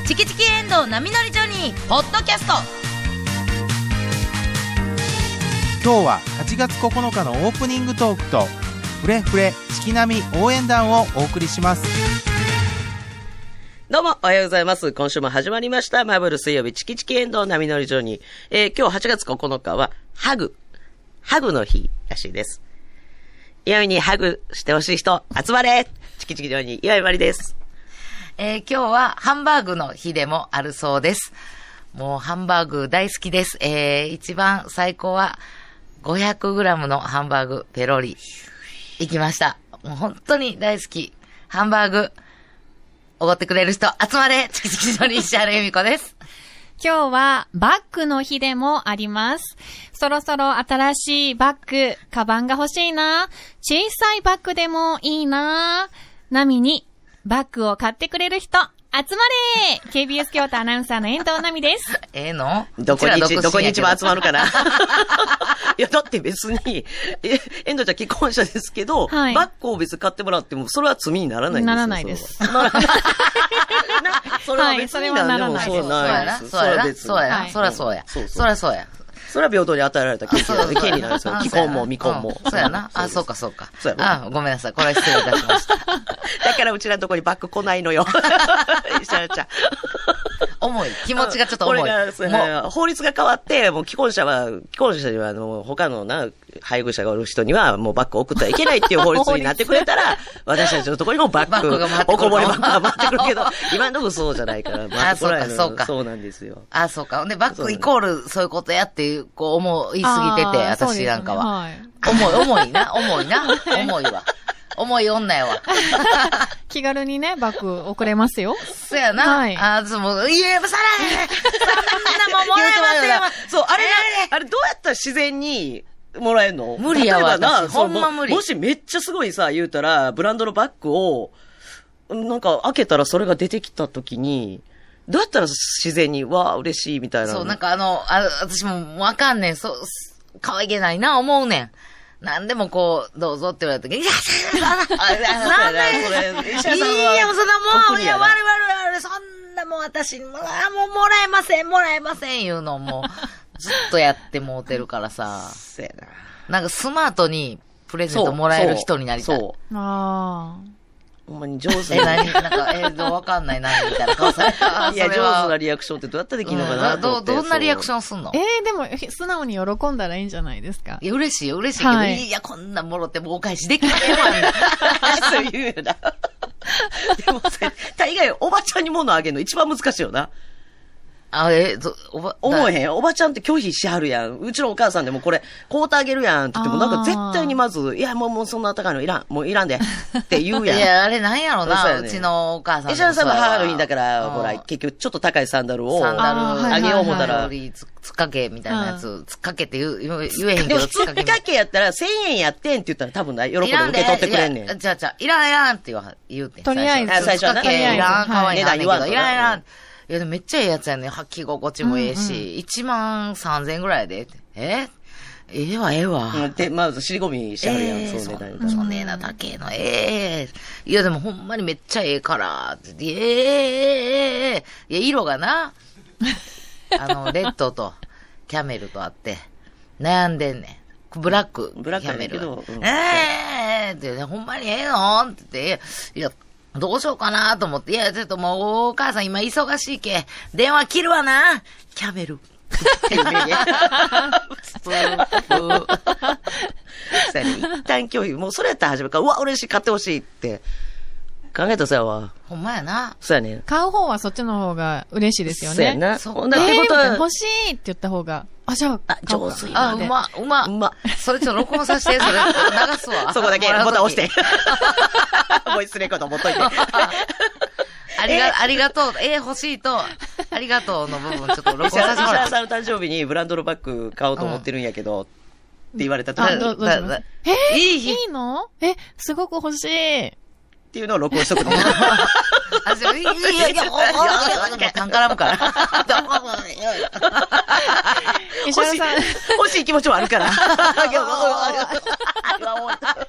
チキチキエンドウ波乗りジョニー」ポッドキャスト。 今日は8月9日のオープニングトークとフレフレチキナミ応援団をお送りします。 どうもおはようございます。今週も始まりましたマーブル水曜日チキチキエンドウ波乗りジョニー。今日8月9日はハグの日らしいです。岩井にハグしてほしい人集まれ、チキチキジョニー岩井まりです。 今日はハンバーグの日でもあるそうです。もうハンバーグ大好きです。一番最高は 500g のハンバーグペロリ行きました。もう本当に大好き。ハンバーグおごってくれる人集まれ、チキチキジョニー石原由美子です。 今日はバッグの日でもあります。そろそろ新しいバッグ、カバンが欲しいな。小さいバッグでもいいな。波にバッグを買ってくれる人集まれ。 KBS 京都アナウンサーの遠藤奈美です。 のどこに一番集まるかな。いやだって別に遠藤ちゃん既婚者ですけど、はい、バッグを別に買ってもらってもそれは罪にならないんですよ。 ならないです。 それは別にならないです。 そうや。そらそうや。 それは平等に与えられた権利なんですよ。既婚も未婚も。 そうやな。そうか。ごめんなさい。これは失礼いたしました。 だからうちらのとこにバッグ来ないのよ。石原ちゃん。 重い。気持ちがちょっと重い。 これが法律が変わって、もう既婚者には他の配偶者がおる人にはもうバッグ送ってはいけないっていう法律になってくれたら、私たちのところにもバッグがおこぼれバッグが回ってくるけど、今のところそうじゃないから。 そうか。 そうなんですよ。 そうか。で、バッグイコールそういうことやっていう、思いすぎてて、私なんかは。重いわ。重い女やわ。 気軽にね、バッグ送れますよ。 そうやな。はい。さらへん。そんなもんもらえませんわ。 そう、あれどうやったら自然にもらえんの？ 無理やわ。ほんま無理。 もしめっちゃすごいさ、言うたら、ブランドのバッグを、なんか開けたらそれが出てきたときに、どうやったら自然に、わー嬉しいみたいな。 そう、なんか私もわかんねん。可愛げないな、思うねん。なんでもこう、どうぞって言われた時に、いや、なんでいや、そんなもん、いや、我々、そんなもん私、もうもらえません、言うのも、ずっとやってもうてるからさ。 そうやな。 なんかスマートにプレゼントもらえる人になりたい。 そう。ほんまに上手なんかわかんないな、みたいな顔された。 いや、上手なリアクションってどうやったらできるのかなと思って。 どんなリアクションすんの？ でも、素直に喜んだらいいんじゃないですか。 いや、嬉しいけど、いや、こんなもろってもうお返しできないわ。 そう言うよな。でもさ、大概おばちゃんに物あげるの一番難しいよな。思えへん。おばちゃんって拒否しはるやん。うちのお母さんでもこれ、買うてあげるやんって言っても、なんか絶対にまず、いや、もうそんな高いのいらん。もういらんで。って言うやん。 いや、あれなんやろな、うちのお母さん。 石原さんの母の日だから、ほら、結局ちょっと高いサンダルを、あげよう思ったら。 つっかけみたいなやつ、つっかけって言えへんけど、 でもつっかけやったら1000円やってんって言ったら多分喜んで受け取ってくれんねん。 じゃあ、いらんって言うて。 とりあえず。 最初はな。 いらん、かわいいな。いらん。いや、でもめっちゃええやつやね。履き心地もええし、13000円ぐらいで。ええわ。 で、まず尻込みしてはるやん、そうね。 そうねえな、高えの、いや、でもほんまにめっちゃええから、いや、色がな、レッドとキャメルとあって、悩んでんねん。ブラックキャメル。ってほんまにええのって言って、いや、どうしようかなと思って、いや、ちょっともう、お母さん今忙しいけ、電話切るわな、キャメル。っていうね。 一旦拒否、もうそれやったら始めるから、うわ、嬉しい、買ってほしいって。考えたらそうやわ。 ほんまやな。 そうやね。 買う方はそっちの方が嬉しいですよね。 そうやな。 そんなってことは。欲しいって言った方が、じゃあ、 上手やな。うま。それちょっと録音させて、それ流すわ。 そこだけボタン押して。ボイスレコード持っといて。 ありがとう。欲しいと、ありがとうの部分ちょっと録音させてもらって。 石原さんの誕生日にブランドのバッグ買おうと思ってるんやけど、って言われたときに。 いいの？すごく欲しい。 っていうのを録音しとくの。いや、 カンカラムから。 石原さん。 欲しい気持ちもあるから。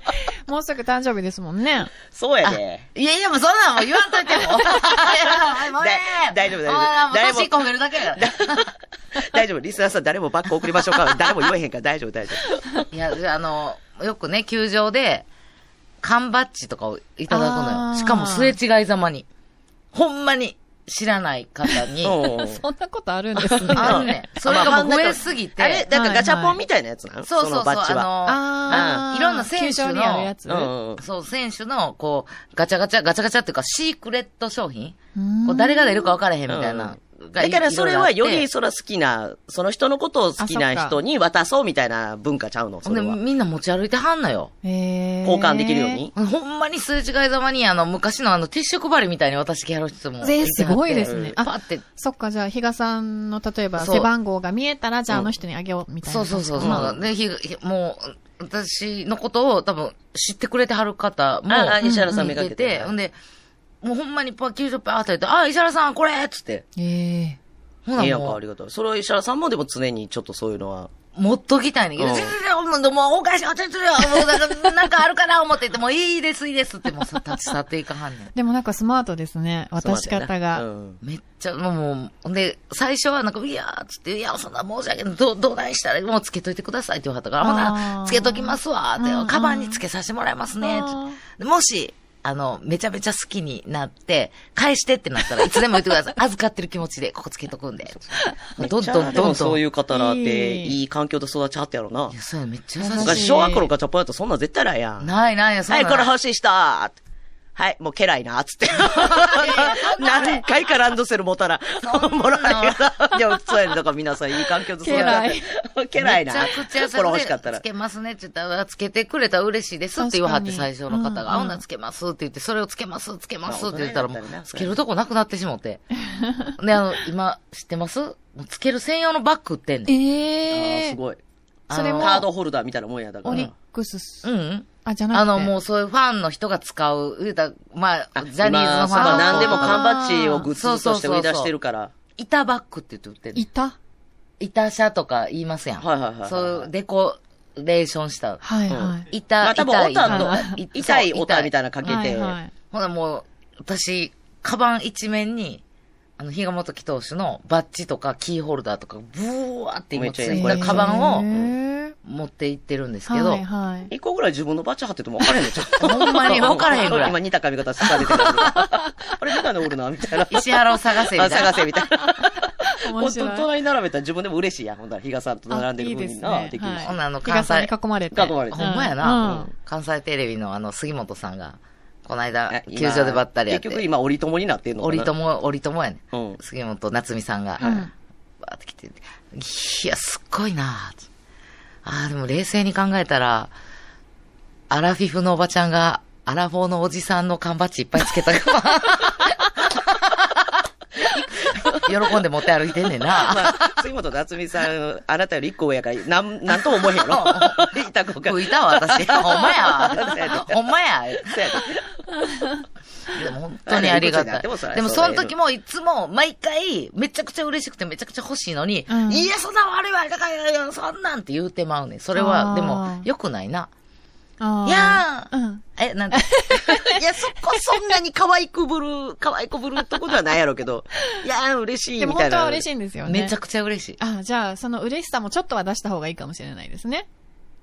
もうすぐ誕生日ですもんね。 そうやで。 いやいや、もうそんなんもう言わんといても。もうね大丈夫、大丈夫。 もう年込めるだけやから。 大丈夫。リスナーさん誰もバッグ送りましょうか。誰も言えへんから大丈夫、大丈夫。 いや、よくね、球場で、缶バッジとかをいただくのよ。しかもすれ違いざまに。ほんまに知らない方に。 そんなことあるんですね。 あるね。それがもう増えすぎて。 あれだからガチャポンみたいなやつなの？ そうそうそう。 バッジは。 いろんな選手にあるやつ。 そう、選手の、こう、ガチャガチャっていうか、シークレット商品こう誰が出るか分からへんみたいな。 だからそれはよりそら好きな、その人のことを好きな人に渡そうみたいな文化ちゃうの？それは。 みんな持ち歩いてはんのよ。 交換できるように。 ほんまにすれ違いざまに昔のティッシュ配りみたいに渡してきはる人も。 すごいですね。 パって。 そっか、じゃあ、比嘉さんの例えば背番号が見えたら、じゃああの人にあげようみたいな。 そう。で、もう、私のことを多分知ってくれてはる方も。 石原さんめがけて。 んで、もうほんまに90パーって言って、石原さんこれっつって。 ほなもう。ありがとう。それは石原さんもでも常にちょっとそういうのは。 持っときたいねんけど、もうおかしい、もうなんかあるかな思ってて、もういいですってもう立ち去っていかはんねん。 でもなんかスマートですね、渡し方が。 めっちゃ、もう、で、最初はなんか、いやーつって、いや、そんな申し訳ない、どないしたらもうつけといてくださいって言わはったから、ほな、つけときますわって、カバンにつけさせてもらいますねもし、めちゃめちゃ好きになって、返してってなったらいつでも言ってください。預かってる気持ちで、ここつけとくんで。 どんどん。そういう方らって、いい環境で育ちはってやろな。 いや、そうや、めっちゃ優しい。 昔、小学校のガチャポンやったらそんなん絶対ないやん。 ないや、 はい、これ欲しい人はい、もう家来な、つって。何回かランドセル持たら、もらえるから。でも、そうやねん。だから皆さんいい環境で育てて。家来な。 めちゃくちゃ優しい。 これ欲しかったら。 つけますねって言ったら、つけてくれたら嬉しいですって言わはって、最初の方が。女つけますって言って、それをつけますって言ったら、もう、つけるとこなくなってしもって。で、今、知ってます？つける専用のバッグ売ってんねん。 すごい。 それも。 カードホルダーみたいなもんやだから。 オリックス。 じゃなくて。もうそういうファンの人が使う、ジャニーズのファンの人が。 何でも缶バッジをグッズとして売り出してるから。 板バッグって言って売ってる。板車とか言いますやん。そういうデコレーションした。 多分痛いオタみたいなかけて。 ほなもう、私、カバン一面に、比嘉元樹投手のバッジとかキーホルダーとか、ブワーって今ついたカバンを持って行ってるんですけど、 一個ぐらい自分のバッジ貼ってても分からへんのちゃうほんまに分からへんぐらい。 今似た髪型されてる。あれメガネおるな、みたいな。 石原を探せみたいな。 探せみたいな。面白い。隣に並べたら自分でも嬉しいやん。ほんだら、比嘉さんと並んでる分にな、できるし。 比嘉さんに囲まれて。 ほんまやな。関西テレビの杉本さんが、この間、球場でばったりやって。 結局今、折友になってんのかな折友やね。杉本夏美さんが、バーって来て、いや、すっごいなでも冷静に考えたら、アラフィフのおばちゃんが、アラフォーのおじさんの缶バッジいっぱいつけたから。喜んで持って歩いてんねんな。 杉本夏美さん、あなたより一個上やから、なんとも思えへんやろ。いた子が。 いたわ、私。ほんまやわ。ほんまや。でも本当にありがたい。でもその時もいつも毎回めちゃくちゃ嬉しくてめちゃくちゃ欲しいのに、いや、そんな悪いわ、だからそんなんって言うてまうねん。それは、でも良くないな。いやー、なんて。 いや、そんなに可愛くぶるとこではないやろうけど、いやー、嬉しいみたいな。 でも本当は嬉しいんですよね。 めちゃくちゃ嬉しい。 じゃあ、その嬉しさもちょっとは出した方がいいかもしれないですね。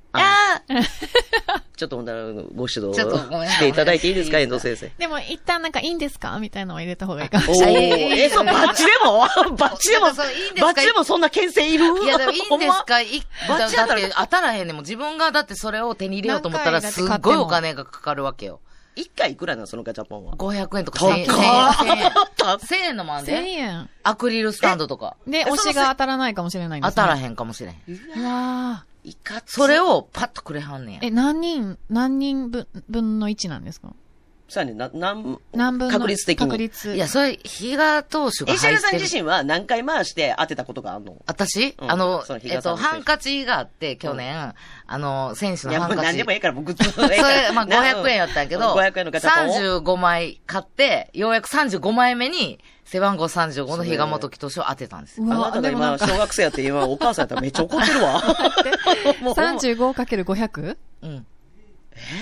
ちょっとほんならご指導していただいていいですか、遠藤先生。 でも一旦なんかいいんですかみたいなのを入れた方がいいかもしれない。 そう、バッチでもそんな牽制いる？ いや、でもいいんですかバッチだって当たらへんねんもん。自分がだってそれを手に入れようと思ったらすっごいお金がかかるわけよ。 1回いくらなのそのガチャポンは。 500円とか1000円。1000円のもんで。 1000円。 アクリルスタンドとか。 で、推しが当たらないかもしれないんですね。 当たらへんかもしれへん。 うわー。いかつ。 それをパッとくれはんねや。何人分の1なんですか？ そうやね、何分確率的に。 確率。 いや、それ、比嘉投手が入ってる。 石原さん自身は何回回して当てたことがあるの？ 私ハンカチがあって、去年、選手のハンカチ。 いや、もう何でもええから、僕、 それ、500円やったんやけど、 500円のガチャポン 35枚買って、ようやく35枚目に、背番号35の比嘉元樹投手を当てたんですよ。 あなたが今、小学生やって今、お母さんやったらめっちゃ怒ってるわ。 35×500？ うん。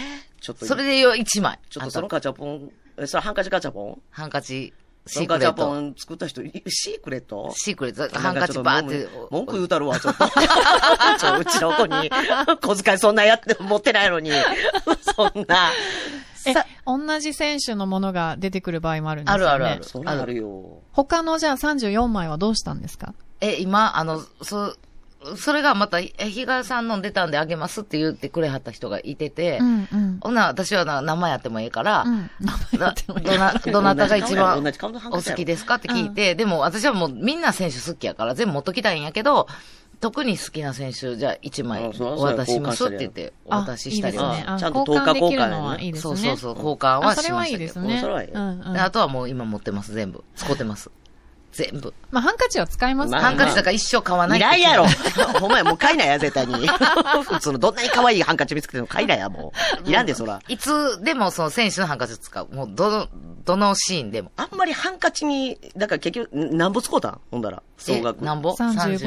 ちょっと。 それでよ、1枚。 ちょっとそのガチャポン、それハンカチガチャポンハンカチ、 シークレット。ガチャポン作った人、シークレットシークレット。ハンカチバーって。 文句言うたるわ、ちょっと。うちの子に、小遣いそんなやって持ってないのに。そんな。 同じ選手のものが出てくる場合もあるんですよね。 ある。 それあるよ。 他のじゃあ34枚はどうしたんですか？ 今、それがまた、日賀さん飲んでたんであげますって言ってくれはった人がいてて、ほな、私は名前やってもいいから、どなたが一番お好きですかって聞いて、でも私はもうみんな選手好きやから全部持っときたいんやけど、特に好きな選手、じゃあ1枚お渡ししますって言って、お渡ししたりは。 ちゃんと10日交換ね。 そう、交換はしましたけど。 それはいいですね。 あとはもう今持ってます、全部。使ってます。全部。 まあ、ハンカチは使いますかハンカチだから一生買わない。 いらんやろ。ほんまや、もう買いなや、絶対に。普通のどんなに可愛いハンカチ見つけても買いなや、もう。いらんで、そら。 いつでもその選手のハンカチ使う。もう、どのシーンでも。 あんまりハンカチに、だから結局、何ぼ使うたんほんだら。総額。 何ぼ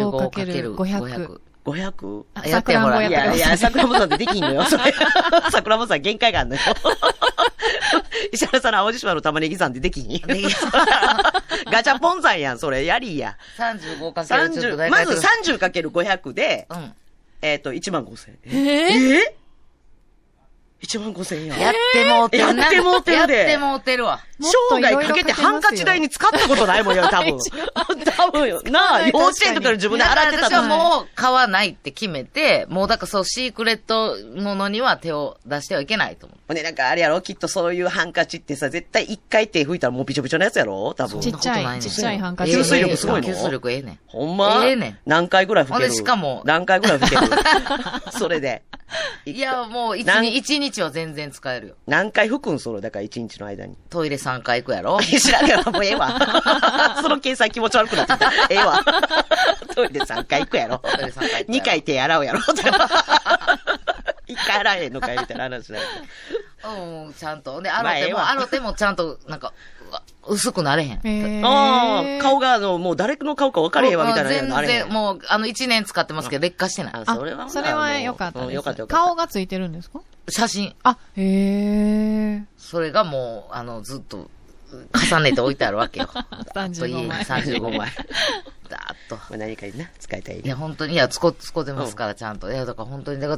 ?35×500。 500? やってほら。 いや、桜庭さんでできんのよ、それ。桜庭さん限界があんのよ。石原さんの青島の玉ねぎさんでできんガチャポンさんやん、それ。やりや。 35× まず 30×500 で、15,000円。15,000円やってもうてるな。 やってもうてるで。 やってもうてるわ。 生涯かけてハンカチ代に使ったことないもんよ、多分。多分よ。なあ、幼稚園とかで自分で洗ってた私はもう買わないって決めて、もうだからそうシークレットものには手を出してはいけないと思う。 ね、なんかあれやろきっとそういうハンカチってさ、絶対一回手拭いたらもうびちょびちょのやつやろ多分。 ちっちゃいハンカチ。 吸水力すごいの？ 吸水力ええねん。 ほんまええねん。 何回ぐらい拭ける？ しかも。 何回ぐらい拭ける？それで。 いや、もう一日は全然使えるよ。 何回拭くんそれだから1日の間に。 トイレ3回行くやろ知らんやろもうええわ。その計算気持ち悪くなってた。ええわ。トイレ3回行くやろ。 トイレ3回 2回手洗うやろ。1回洗えへんのかいみたいな話ないと。うん、ちゃんと。で、洗ってもちゃんと、なんか、薄くなれへん。 ああ、顔がもう誰の顔か分かれへんわみたいな。 全然、もう、1年使ってますけど、劣化してない。 それは良かったです。顔がついてるんですか？ 写真。 へえ。 それがもう、ずっと、重ねて置いてあるわけよ。 35枚。 35枚。だーっと。 何かにな、使いたい。 いや、本当に、使ってますから、ちゃんと。いや、だから本当に、だから、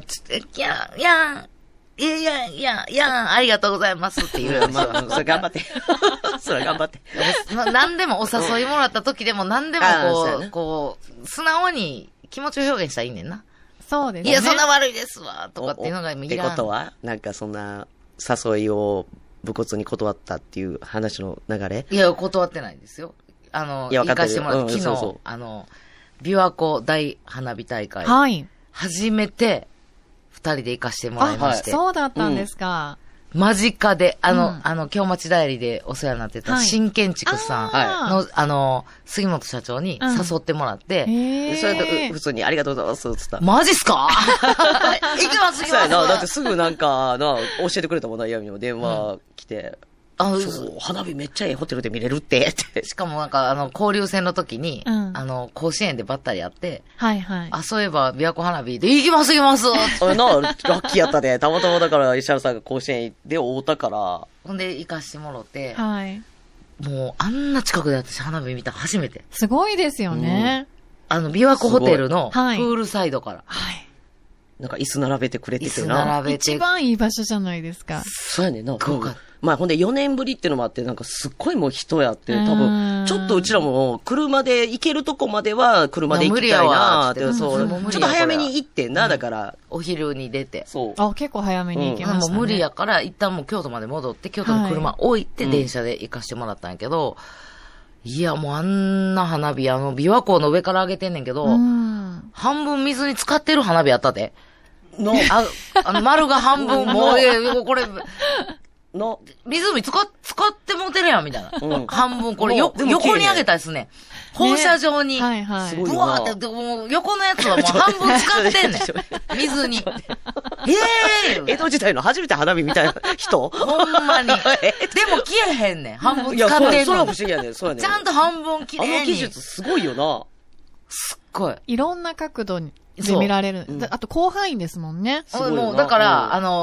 ありがとうございますっていう。 それ頑張って。それ頑張って。 何でもお誘いもらった時でも何でもこう、素直に気持ちを表現したらいいねんな。 そうですね。 いや、そんな悪いですわ、とかっていうのがいらん。 ってことはなんかそんな誘いを武骨に断ったっていう話の流れ？ いや、断ってないですよ。行かしてもらった。昨日、琵琶湖大花火大会。 はい。 初めて、二人で行かしてもらいまして。 そうだったんですか。 間近で、京町代理でお世話になってた新建築さんの、杉本社長に誘ってもらって、 それで普通にありがとうございます、つった。 マジっすか行きます、行きます。 だってすぐなんか、教えてくれたもんな、いやみも電話来て。そう、花火めっちゃいいホテルで見れるって。 しかもなんか、交流戦の時に、甲子園でばったり会って、 はいはい。 そういえば、琵琶湖花火で、行きますラッキーやったね。たまたまだから、石原さんが甲子園で会うたから。 ほんで、行かしてもろて、 はい。 もう、あんな近くで私花火見た初めて。 すごいですよね。 琵琶湖ホテルの、プールサイドから。 はい。 なんか椅子並べてくれててな。 一番いい場所じゃないですか。 そうやねんな。まあほんで4年ぶりっていうのもあって、なんかすっごいもう人やって、多分、ちょっとうちらも車で行けるとこまでは車で行きたいなって、そう。ちょっと早めに行ってんな、だから。 お昼に出て。 そう。 結構早めに行きましたね。 もう無理やから、一旦もう京都まで戻って、京都の車置いて電車で行かしてもらったんやけど、いやもうあんな花火、琵琶湖の上から上げてんねんけど、半分水に浸かってる花火あったで。丸が半分、もう、これ、湖使ってもうてるやん、みたいな。半分、これ横に上げたりすね。放射状に。 はいはい。 うわーって、もう横のやつはもう半分使ってんねん。水に。 江戸時代の初めて花火見た人ほんまに。でも消えへんねん。半分使ってんの。 それは不思議やねん。そうやねん。 ちゃんと半分綺麗に。 技術すごいよな。 すっごい。 いろんな角度で見られる。あと広範囲ですもんね。 もう、だから、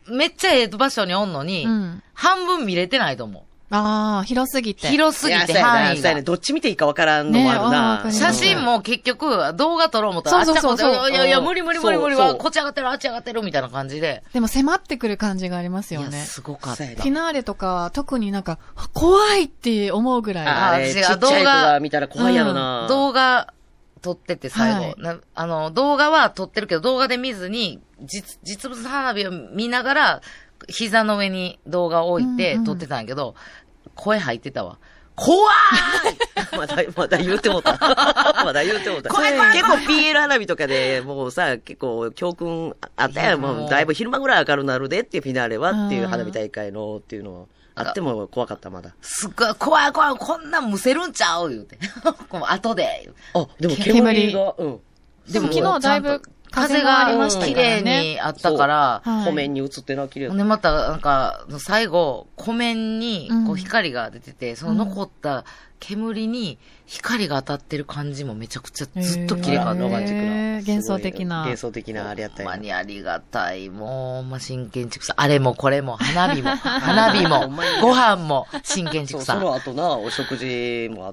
めっちゃええ場所におんのに、半分見れてないと思う。 ああ、広すぎて。 広すぎて範囲が。 どっち見ていいかわからんのもあるな。 写真も結局動画撮ろう思ったらあっちゃこっちゃ、いや、無理、こっち上がってる、あっち上がってるみたいな感じで。 でも迫ってくる感じがありますよね。いや、 すごかった。フィナーレとか特になんか、怖いって思うぐらい。 私が動画見たら怖いやろな。 動画撮ってて最後。動画は撮ってるけど動画で見ずに、実物花火を見ながら、膝の上に動画を置いて撮ってたんやけど、声入ってたわ。怖いまだ言うてもた。 怖い結構 PL 花火とかで、もうさ、結構教訓あったやん。もうだいぶ昼間ぐらい明るなるでっていうフィナーレはっていう花火大会のっていうのは。あっても怖かったまだ。 すっごい怖い、こんなんむせるんちゃう言うて。後で。 あ、でも煙が、 でも昨日だいぶ風がありました綺麗にあったから、 湖面に映ってな、綺麗だった。 で、またなんか、最後、湖面にこう光が出てて、その残った煙に光が当たってる感じもめちゃくちゃずっと綺麗かった。 ロマンチックな。 幻想的な。 幻想的なあれやったよ。 ほんまにありがたい。もう、真剣畜産。あれもこれも、花火も、ご飯も、真剣畜産。 その後な、お食事もあって、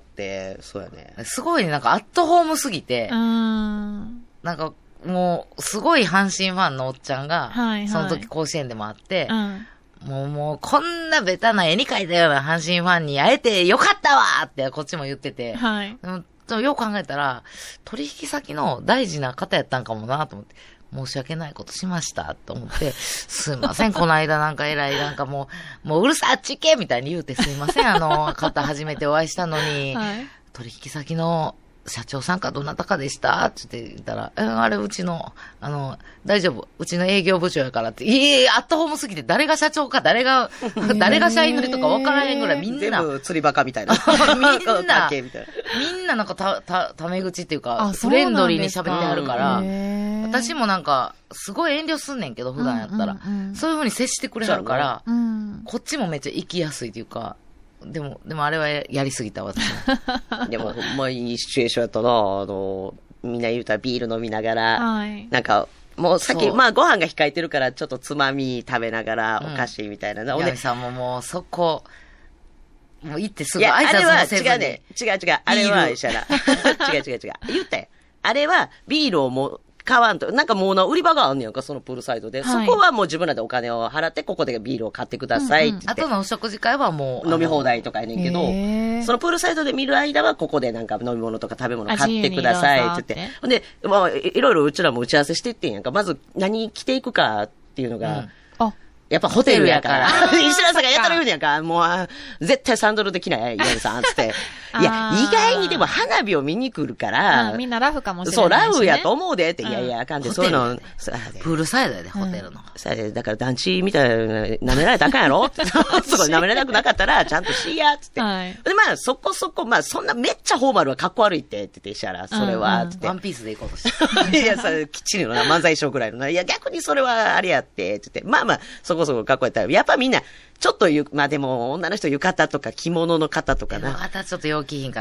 そうやね。 すごいね、なんかアットホームすぎて、なんか、もう、すごい阪神ファンのおっちゃんが、その時甲子園でもあって、もう、こんなベタな絵に描いたような阪神ファンに会えてよかったわってこっちも言ってて、でもよく考えたら、取引先の大事な方やったんかもなと思って、申し訳ないことしましたと思って、すいません、この間なんか偉い、なんかもううるさあっち行けみたいに言うてすいません、方初めてお会いしたのに、取引先の社長さんかどなたかでしたって言ったら、あれうちの、大丈夫。うちの営業部長やからって。アットホームすぎて誰が社長か誰が社員の人か分からへんぐらいみんな。 全部釣りバカみたいな。 みんななんかタメ口っていうか、フレンドリーに喋ってはるから、私もなんか、すごい遠慮すんねんけど、普段やったら。そういう風に接してくれはるから、こっちもめっちゃ行きやすいというか、でもあれはやりすぎた私も。 でもほんまいいシチュエーションやったな。みんな言うたらビール飲みながら、なんか、もうさっき、ご飯が控えてるから、ちょっとつまみ食べながら、お菓子みたいな。 南さんももうそこ、もう行ってすぐ挨拶もせずに。 違うね。違う。あれは、一緒だ。違う。言ったよ。あれは、ビールをもう、買わんと。なんかもう売り場があんねやんか、そのプールサイドで。そこはもう自分らでお金を払って、ここでビールを買ってくださいって言って。 あとのお食事会はもう。 飲み放題とかやねんけど、そのプールサイドで見る間は、ここでなんか飲み物とか食べ物買ってくださいって言って。ほんで、いろいろうちらも打ち合わせしていってんやんか。まず何着ていくかっていうのが、やっぱホテルやから。石田さんがやったら言うねやんか。もう、絶対サンドルできない、岩見さん、つって。いや、意外にでも花火を見に来るから。 みんなラフかもしれない。 そう、ラフやと思うでって。いや、あかんで、そういうの。 プールサイドやで、ホテルの。 だから団地みたいな、舐められたらあかんやろそこ舐められなくなかったら、ちゃんとしや、つって。で、そこそこ、そんなめっちゃフォーマルはかっこ悪いって、って言って、したら、それは、つって。 ワンピースで行こうとして。 いや、それ、きっちりのな、漫才ショーぐらいのな。いや、逆にそれはあれやって、つって。そこそこかっこやったら、やっぱみんな、ちょっとでも、女の人浴衣とか着物の方とかな。 またちょっと陽気品から。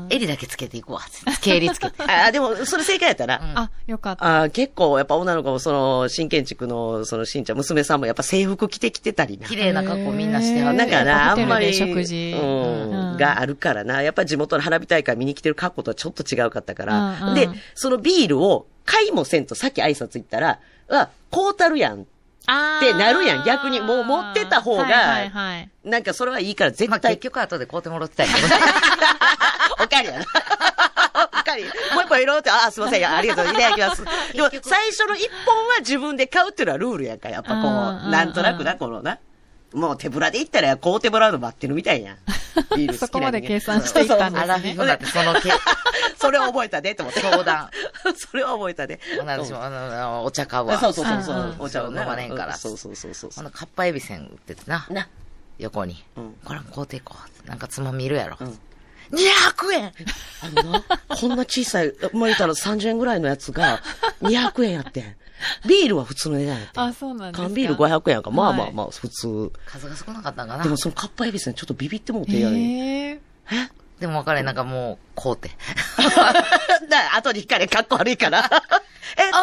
襟だけつけていくわ。つけ襟つけて。 でも、それ正解やったな。 よかった。 結構、やっぱ女の子も、新建築の、しんちゃん、娘さんもやっぱ制服着てきてたりな。 綺麗な格好みんなしてはる。 だからな、あんまり、 食事があるからな。やっぱ地元の花火大会見に来てる格好とはちょっと違うかったから。で、そのビールを、買いもせんとさっき挨拶行ったら、こうたるやん。ってなるやん。逆に、もう持ってた方が、なんかそれはいいから絶対。 結局後で買うてもらってたけど。 おかわりやな。おかわり。もう一本いろって、すいません。ありがとう。いただきます。でも、最初の一本は自分で買うっていうのはルールやんか。やっぱこう、なんとなくな、このな。もう手ぶらで行ったら買うてもらうの待ってるみたいやん。ビール好きなそこまで計算していったんですね。 アラフィフだってそれを覚えたで、と思って。 相談。 それは覚えたで。 私も、お茶買うわ。 そう。お茶を飲まねんから。 そう。 カッパエビせん売っててな。横に。これも買うていこう。なんかつまみいるやろ。200円こんな小さい、言ったら30円ぐらいのやつが200円やってん。ビールは普通の値段やってん。 そうなんですか。 缶ビール500円やんか。普通。 数が少なかったんかな。 でもそのカッパエビせんちょっとビビってもうてやる。 でも分かれなんかもう、こうて。 後に引かれかっこ悪いから。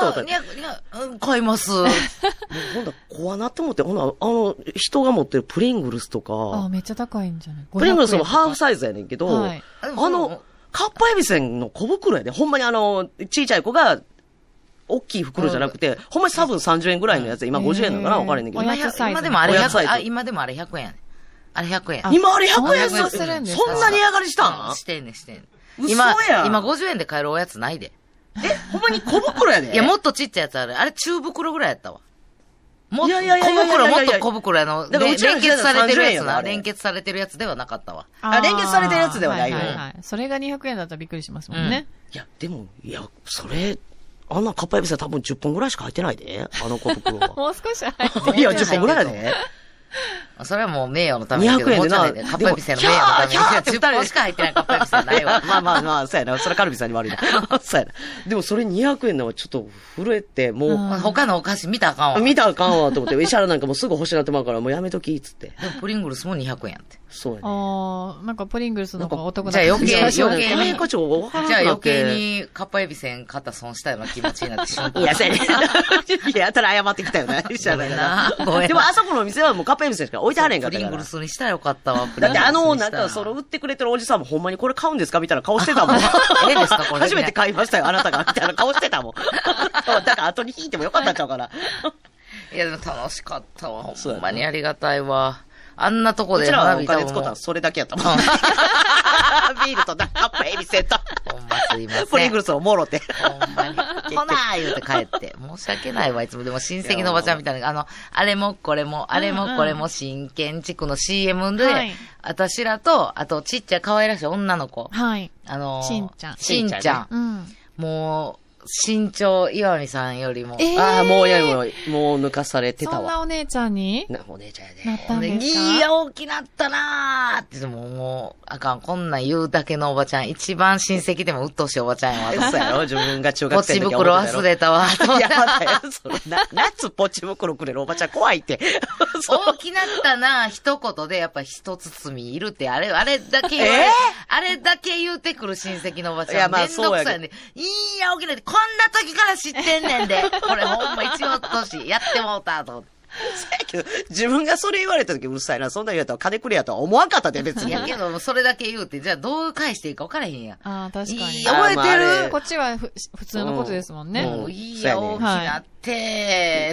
と思った。 買います。 ほんだ、怖なって思って、ほな、人が持ってるプリングルスとか、 めっちゃ高いんじゃない？ プリングルスもハーフサイズやねんけど、 はい、 カッパエビせんの小袋やで。ほんまにちいちゃい子が、大きい袋じゃなくて、ほんまに多分30円ぐらいのやつ、今50円なのかなわかるんだけど。 今でもあれ100円。今でもあれ100円やね。あれ100円。 今あれ100円するんですそんなに上がりしたん？ してんねん。 今 50円で買えるおやつないで。 ほんまに小袋やで。 いや、もっとちっちゃいやつある。あれ中袋ぐらいやったわ。もっと、 いやもっと小袋やの。連結されてるやつな。 連連結されてるやつではなかったわ。 連結されてるやつではないよ。 それが200円だったらびっくりしますもんね。 いや、でも、それ、あんなカッパエビせん多分10本ぐらいしか入ってないで。あの小袋は。 もう少し入ってる。 いや、10本ぐらいやで。 それはもう名誉のために。200円でな。カッパエビせんの名誉のために。10本しか入ってないカッパエビせんないわ。 まあ、そうやな。それカルビさんに悪いな。そうやな。でもそれ200円のはちょっと震えて、もう。 他のお菓子見たらあかんわ。 見たらあかんわと思って、石原なんかもうすぐ欲しなってまうから、もうやめとき、つって。 でもプリングルスも200円やって。 そうやね。 なんかプリングルスの方がお得な。 じゃあ余計に、 じゃあ余計にカッパエビせん買った損したような気持ちになってしまった。 いや、そうやね。いや、たら謝ってきたよね。石原が。 ごめんな。 でもあそこの店はもうカッパエビせんしか置いてはれんかったから。 プリングルスにしたらよかったわ。 だってなんかその売ってくれてるおじさんもほんまにこれ買うんですかみたいな顔してたもん。 ですかこれ。 初めて買いましたよ、あなたが。みたいな顔してたもん。だから後に引いてもよかったんちゃうかな。 いやでも楽しかったわ。ほんまにありがたいわ。あんなとこで花火。うちらはお金使ったのそれだけやったもん。ビールとカッパエビせんと。 ほんますいません。 プリングルスをもろて。 ほんまに。ほなー言うて帰って。申し訳ないわ、いつも。でも親戚のおばちゃんみたいな、あれもこれも、あれもこれも、新建築の CM で、私らと、あとちっちゃい可愛らしい女の子。 はい。 しんちゃん。もう、身長、岩見さんよりも。 もう抜かされてたわ。 そんなお姉ちゃんにお姉ちゃんやで。 なったんですか？ いや、大きなったなーって言ってもう、あかん、こんなん言うだけのおばちゃん、一番親戚でも鬱陶しいおばちゃんやわ。 そうやろ自分が中学生の時ポチ袋忘れたわ。 いや、まだよ。夏ポチ袋くれるおばちゃん怖いって。 大きなったな一言で、やっぱ一包みいるって、あれだけ言うてくる親戚のおばちゃん。いや、まあそうやね。いや、大きなって、こんな時から知ってんねんで。これほんま一応年やってもうたと思って。 そうやけど、自分がそれ言われた時うるさいな、そんな言うたら金くれやとは思わんかったで、別に。 いやけど、それだけ言うて、じゃあどう返していいか分からへんやん。 確かに。 覚えてる？ こっちは普通のことですもんね。 いや、大きなって、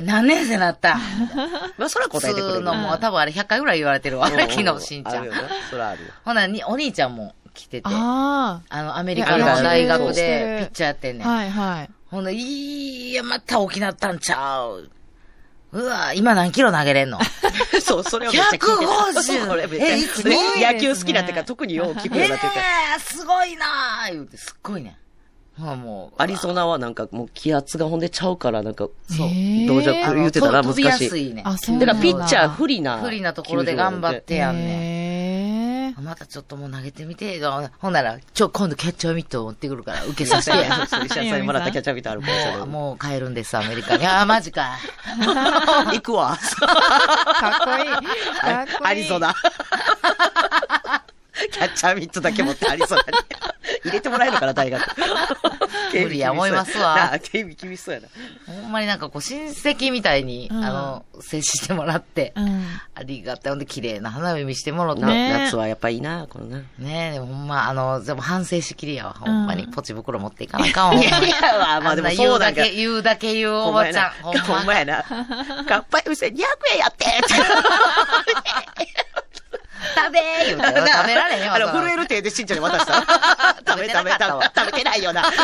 何年生なった。 まあ、それは答えてくれる。 のもう多分あれ100回ぐらい言われてるわ。昨日、しんちゃん。 それあるよ。 ほな、お兄ちゃんも来てて。アメリカの大学でピッチャーやってんねん。 はいはい。 ほんで、いや、また大きなったんちゃう。うわ、今何キロ投げれんの？ そう、それをめっちゃ聞いてた。 150！ 野球好きだってから特によう聞くようになってて。 すごいなー言うて、すっごいね。もう。アリゾナはなんかもう気圧がほんでちゃうから、なんか、そう、同弱言うてたら難しい。 飛びやすいね。 あ、そうだからピッチャー不利なところで頑張ってやんねん。またちょっともう投げてみて。ほんなら、今度キャッチャーミット持ってくるから受けさせてや。 医者さんにもらったキャッチャーミットあるから。 もう帰るんです、アメリカに。マジか。 行くわ。 かっこいい。 アリゾナ。キャッチャーミットだけ持ってアリゾナに。入れてもらえるのかな、大学。 無理や思いますわ。 警備厳しそうやな。 ほんまになんかこう親戚みたいに、接してもらって、ありがたい。ほんで綺麗な花火見してもらって。 夏はやっぱいいな、このな。 ねえ、でもほんま、でも反省しきりやわ。ほんまにポチ袋持っていかなあかんわ。 いや、まあでもそうだけ言うだけ言うおばちゃん。 ほんまやな。かっぱい店200円やって食べー言うて。食べられへんよ。 震える手でしんちゃんに渡した。食べてないよな。 使って。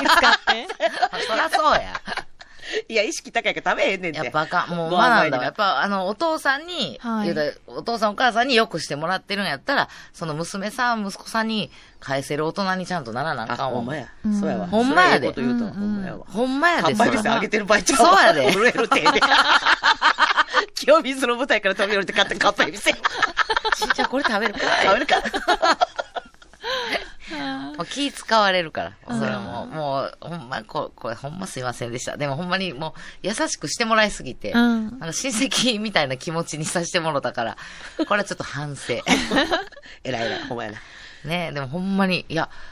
そらそうや。 いや、意識高いから食べへんねんて。 やっぱあかん。もう学んだわ。やっぱお父さんに、お父さんお母さんによくしてもらってるんやったら、その娘さん、息子さんに返せる大人にちゃんとならなあかんわ。 ほんまや。そうやわ。 ほんまやで。 ほんまやわ。 ほんまやで。 かっぱい店あげてる場合ちゃう。 そうやで。 震える手で。清水の舞台から飛び降りて買ったかっぱい店。 しんちゃんこれ食べるか気使われるから。それもう、ほんま、これほんますいませんでした。でもほんまにもう、優しくしてもらいすぎて、なんか親戚みたいな気持ちにさせてもらったから、これはちょっと反省。 偉い、ほんまやな。 ねでもほんまに、いや、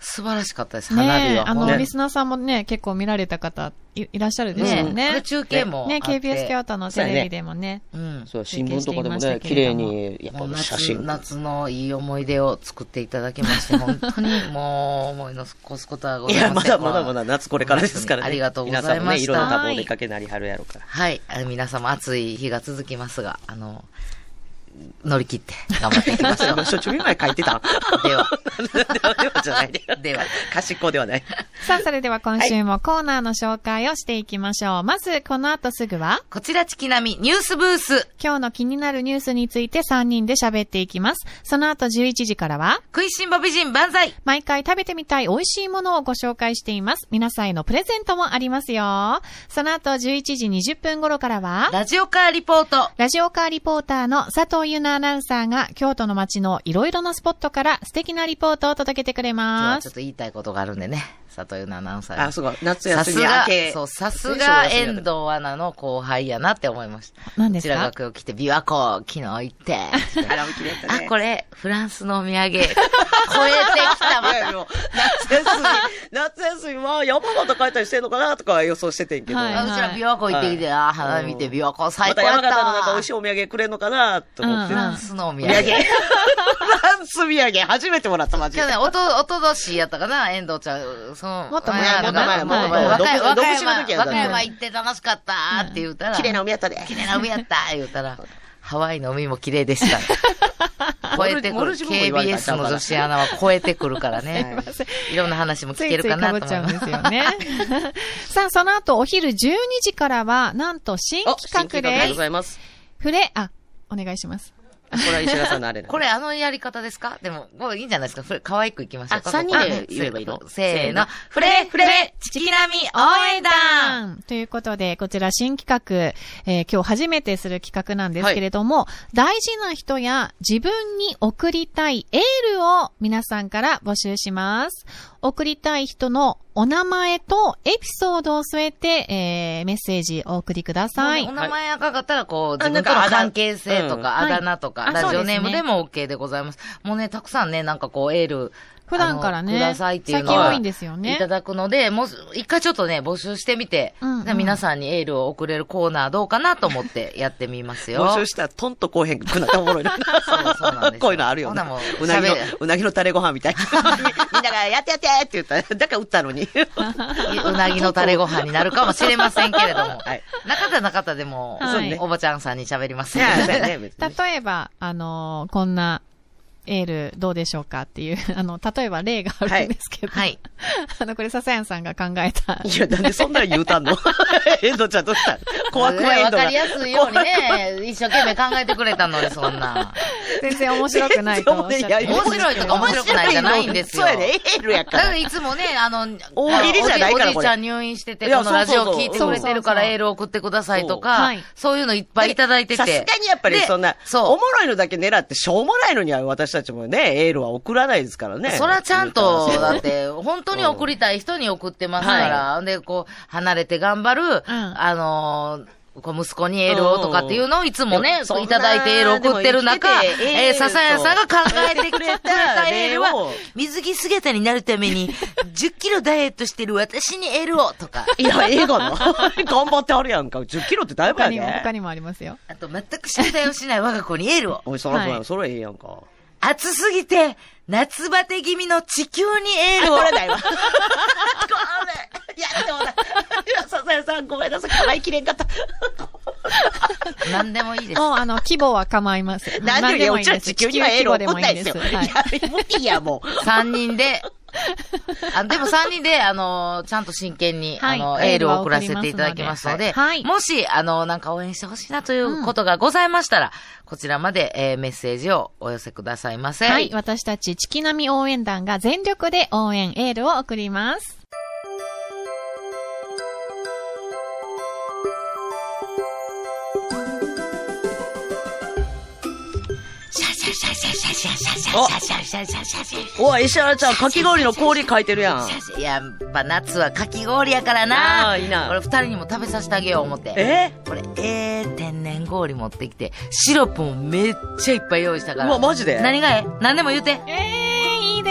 素晴らしかったです、花火は。 ね、リスナーさんもね、結構見られた方 いらっしゃるでしょうね。 ね、中継もね、KBS 京都のテレビでもね。 うん。そう、新聞とかでもね、綺麗に、やっぱ写真。 夏のいい思い出を作っていただきまして、本当にもう思いの越すことはございません。 いや、まだ夏これからですからね。 ありがとうございました。 皆さんもね、いろんな多忙出かけなりはるやろから。 はい。皆様暑い日が続きますが、乗り切って頑張っていきましょう。 初中見舞い書いてたでは。 ではじゃないで。 では。 端っこではない。 さあ、それでは今週もコーナーの紹介をしていきましょう。まず、この後すぐは、 こちらチキナミニュースブース。 今日の気になるニュースについて3人で喋っていきます。その後11時からは、 食いしん坊美人万歳。 毎回食べてみたい美味しいものをご紹介しています。皆さんへのプレゼントもありますよ。その後11時20分頃からは、 ラジオカーリポート。 ラジオカーリポーターの佐藤ゆなアナウンサーが京都の街のいろいろなスポットから素敵なリポートを届けてくれ今日ます。 はちょっと言いたいことがあるんでね。佐藤ゆなアナウンサーが。 あ、そうか、夏休み明け。 さすが遠藤アナの後輩やなって思いました。 何ですか？ こちら学校来て、琵琶湖、昨日行って。あ、これ、フランスのお土産。超えてきた、また。 夏休みは山形帰ったりしてんのかなとか予想しててんけど。 うちら琵琶湖行ってきて、花見て琵琶湖最高やった。 また山形のなんか美味しいお土産くれんのかなと思って。 フランスのお土産。 フランス土産、初めてもらった、マジで。 去年、おととしやったかな、遠藤ちゃん。 もっと前もっと前和歌山山行って楽しかったって言ったら、 綺麗な海やったで。 綺麗な海やった言ったら、ハワイの海も綺麗でした。超えてくる。KBS の女子アナは超えてくるからね。いろんな話も聞けるかなと思います。 ついつい被っちゃうんですよね。さあ、その後お昼12時からは、なんと新企画新企画ででございます。 お願いします。 これは石川さんのあれだ。 これやり方ですか？でも、これいいんじゃないですか？可愛くいきましょうか。 3人で言えばいいの？ せーの。フレフレチキナミ応援団ということで、こちら新企画、今日初めてする企画なんですけれども、大事な人や自分に送りたいエールを皆さんから募集します。送りたい人のお名前とエピソードを添えて、メッセージお送りください。 お名前赤かったら、自分との関係性とか、あだ名とか、ラジオネームでも OK でございます。もうね、たくさんね、エール、 普段からね、 くださいっていうの最近は多いんですよね。 いただくので、もう一回ちょっとね、募集してみて、皆さんにエールを送れるコーナーどうかなと思ってやってみますよ。 募集したらトンとこうへんくなったおもろいな。 そうなんです。 こういうのあるよね。うなぎのタレご飯みたいな。みんながやってって言ったら、だから打ったのに。 うなぎのタレご飯になるかもしれませんけれども。なかったでも、おばちゃんさんに喋りますね。 例えば、こんな、エールどうでしょうかっていう、例えば例があるんですけど。はい。これ、笹谷さんが考えた。 いや、なんでそんなの言うたんの遠藤ちゃんどうした怖くないわかりやすいようにね、一生懸命考えてくれたのに、そんな。 全然面白くないと思っちゃって。 面白いとか面白くないじゃないんですよ。 そうやね、エールやから。 だからいつもね、 大喜利じゃないから、 おじいちゃん入院してて、このラジオ聞いてくれてるからエール送ってくださいとか、そういうのいっぱいいただいてて。 さすがにやっぱりそんな、おもろいのだけ狙ってしょうもないのには私たちもね、エールは送らないですからね。 それはちゃんと、だって、本当に送りたい人に送ってますから、で、離れて頑張る、息子にエールをとかっていうのをいつもね、いただいてエールを送ってる中、笹谷さんが考えてくれたエールは、水着姿になるために、10キロダイエットしてる私にエールをとか。 いや、ええかな。頑張ってあるやんか。10キロってだいぶやね。 他にもありますよ。 あと、全く心配をしない我が子にエールを。 おい、それええやんか。 暑すぎて、夏バテ気味の地球にエールを。 これだよ。ごめん。いや、でもな。笹谷さん、ごめんなさい。払いきれんかった。 何でもいいです。 もう、規模は構います。 何でもいいです。地球にはエールを送ったんですよ。いや、無理や、もう。 3人で、でも3人で、ちゃんと真剣に、エールを送らせていただきますので、もし、なんか応援してほしいなということがございましたら、こちらまで、メッセージをお寄せくださいませ。 はい。私たち、チキナミ応援団が全力で応援、エールを送ります。 おい、石原ちゃん、かき氷の氷書いてるやん。 やっぱ夏はかき氷やからな。 いいな。 これ2人にも食べさせてあげよう思って。これ、天然氷持ってきて、シロップもめっちゃいっぱい用意したから。 うわ、マジで？ 何が何でも言うて。 いいですね。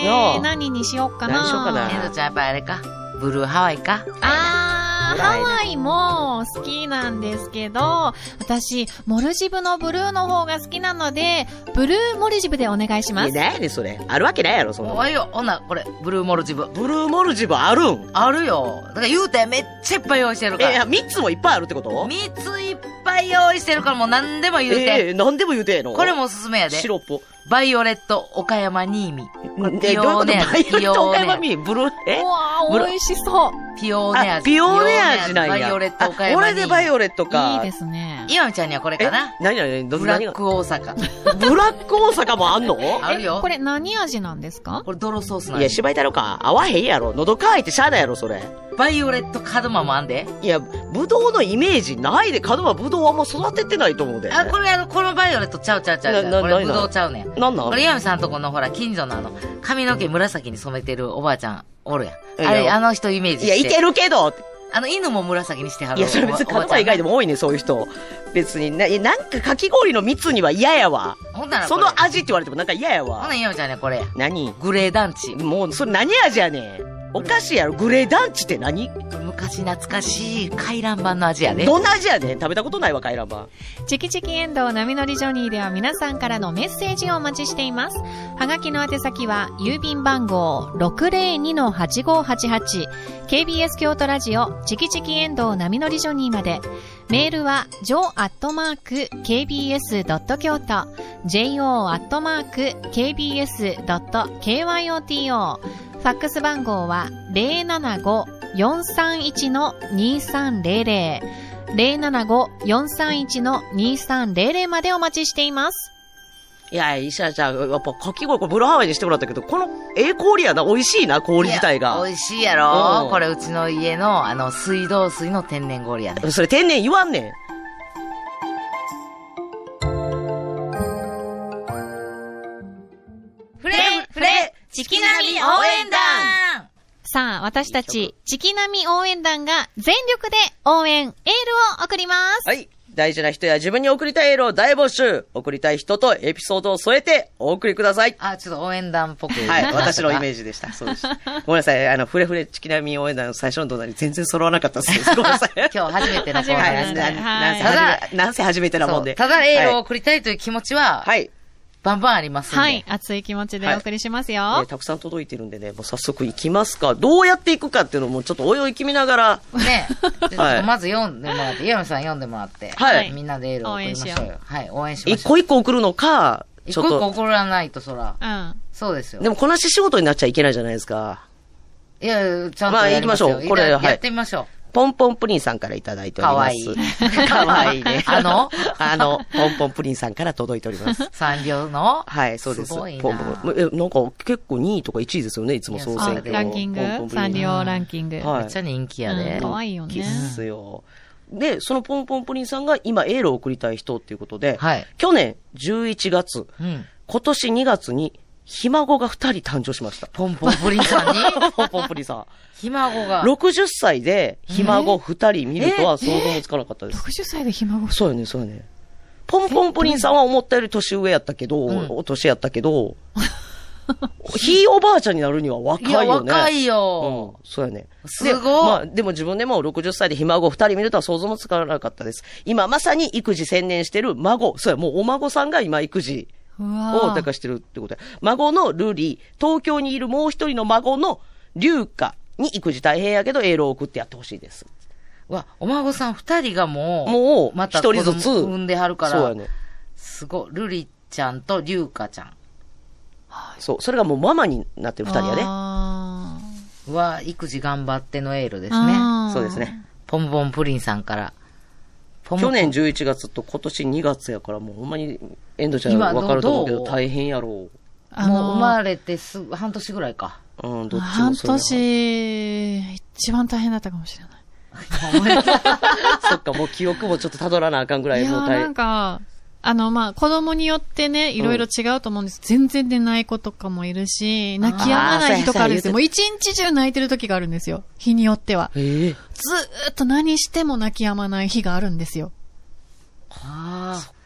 なあ何にしようかな。 何しようかなエンドちゃんやっぱりあれか。ブルーハワイか。 ハワイも好きなんですけど、私、モルジブのブルーの方が好きなので、ブルーモルジブでお願いします。 何やねんそれ。あるわけないやろ、そんな。 おいよ、ほんな、これ、ブルーモルジブ。 ブルーモルジブあるん？ あるよ。だから言うてめっちゃいっぱい用意してるから。 いや、3つもいっぱいあるってこと？ 3ついっぱい用意してるからもう何でも言うて。 何でも言うてえの？ これもおすすめやで。 シロップ。 バイオレット岡山新見。 ピオーネ味。バイオレット岡山新見。ブルー、 うわー、美味しそう。 ピオーネ味。 ピオーネ味なんや。 バイオレット岡山新見。 これでバイオレットか。 いいですね。 岩見ちゃんにはこれかな。 何ブラック大阪。 ブラック大阪もあんの？ あるよ。 これ何味なんですか？ これ泥ソースなんいや、芝居太郎か。合わへんやろ。喉乾いてしゃあないやろ、それ。 バイオレットカドマもあんで。 いや、ブドウのイメージないで、門はブドウあんま育ててないと思うで。 あ、これこのバイオレットちゃう。これブドウちゃうねん。 なんなん？ これ岩見さんとこのほら、近所の髪の毛紫に染めてるおばあちゃんおるやん。あれ、あの人イメージして。 いや、いけるけど。 犬も紫にしてはる。 いや、それ別に門は以外でも多いね、そういう人。別になんかかき氷の蜜には嫌やわ。 ほんならその味って言われてもなんか嫌やわ。 ほんなら岩見ちゃんね、これ。 何？ グレー団地。 もう、それ何味やねん。お菓子やろ。グレー団地って何？ 昔懐かしい回覧板の味やで。 どんな味やねん。食べたことないわ、回覧板。 チキチキエンドウ波乗りジョニーでは皆さんからのメッセージをお待ちしています。はがきの宛先は郵便番号 602-8588 KBS 京都ラジオチキチキエンドウ波乗りジョニーまで。メールは jo@kbs.kyoto jo@kbs.kyoto ファックス番号は 075-431-2300 075-431-2300 までお待ちしています。 いや、石原ちゃん、やっぱかき氷、これブルーハワイにしてもらったけど、この氷やな、美味しいな、氷自体が。 美味しいやろ。これうちの家の、水道水の天然氷やね。 それ天然言わんねん。 フレチキナミ応援団。 さあ、私たち、チキナミ応援団が全力で応援、エールを送ります。 はい。大事な人や自分に送りたいエールを大募集。送りたい人とエピソードを添えてお送りください。 あ、ちょっと応援団っぽく。 はい。私のイメージでした。そうです。ごめんなさい。フレフレチキナミ応援団の最初の動画に全然揃わなかったです。ごめんなさい。 今日初めてのコーナーですね。 なんせ初めてなもんで。 ただエールを送りたいという気持ちは、 はい。 バンバンありますんで。 はい。熱い気持ちでお送りしますよ。 たくさん届いてるんでね、もう早速行きますか。どうやっていくかっていうのもちょっとおいおい決めながら。 ね。まず読んでもらって、岩見さん読んでもらって。 はい。 みんなでエールを送りましょうよ。はい。応援しましょう。 一個一個送るのか、 一個一個送らないと、そら。 うん。 そうですよ。 でもこなし仕事になっちゃいけないじゃないですか。 いや、ちゃんとやりましょう。 まあ行きましょう。これ、 やってみましょう。 ポンポンプリンさんからいただいております。かわいいね。ポンポンプリンさんから届いております。 サンリオのはい、そうです。 すごいな。 なんか結構2位とか1位ですよね、いつも総選挙。 ランキングサンリオランキング。 めっちゃ人気やで。 かわいいよね。 ですよ。で、そのポンポンプリンさんが今エールを送りたい人っていうことで、 はい。 去年11月、今年2月に、ひ孫が2人誕生しました。 ポンポンプリンさんにポンポンプリンさん。 ひ孫が。 60歳でひ孫2人見るとは想像もつかなかったです。 60歳でひ孫そうよね、そうよね。ポンポンプリンさんは思ったより年上やったけど、ひいおばあちゃんになるには若いよね。 いや、若いよ。 そうやね。 すごい。 でも自分でも60歳でひ孫2人見るとは想像もつかなかったです。今まさに育児専念してる孫、そうや、もうお孫さんが今育児。をだからしてるってことで。孫のルリ、東京にいるもう一人の孫の龍華に育児大変やけどエールを送ってやってほしいです。 お孫さん二人がもう、 また一人ずつ産んではるから。 そうやね。 すごい。ルリちゃんと龍華ちゃん。 そう。それがもうママになってる二人やね。 育児頑張ってのエールですね。 そうですね。 ポンポンプリンさんから。 去年11月と今年2月やからもうほんまにエンドちゃんわかると思うけど大変やろう。 もう生まれて半年ぐらいか。 どっちも半年、一番大変だったかもしれない。 そっか、もう記憶もちょっと辿らなあかんぐらいもう大変。 なんか、子供によってね、いろいろ違うと思うんです。全然寝ない子とかもいるし、泣き止まない日とかあるんですよ。もう一日中泣いてる時があるんですよ。日によっては。ずーっと何しても泣き止まない日があるんですよ。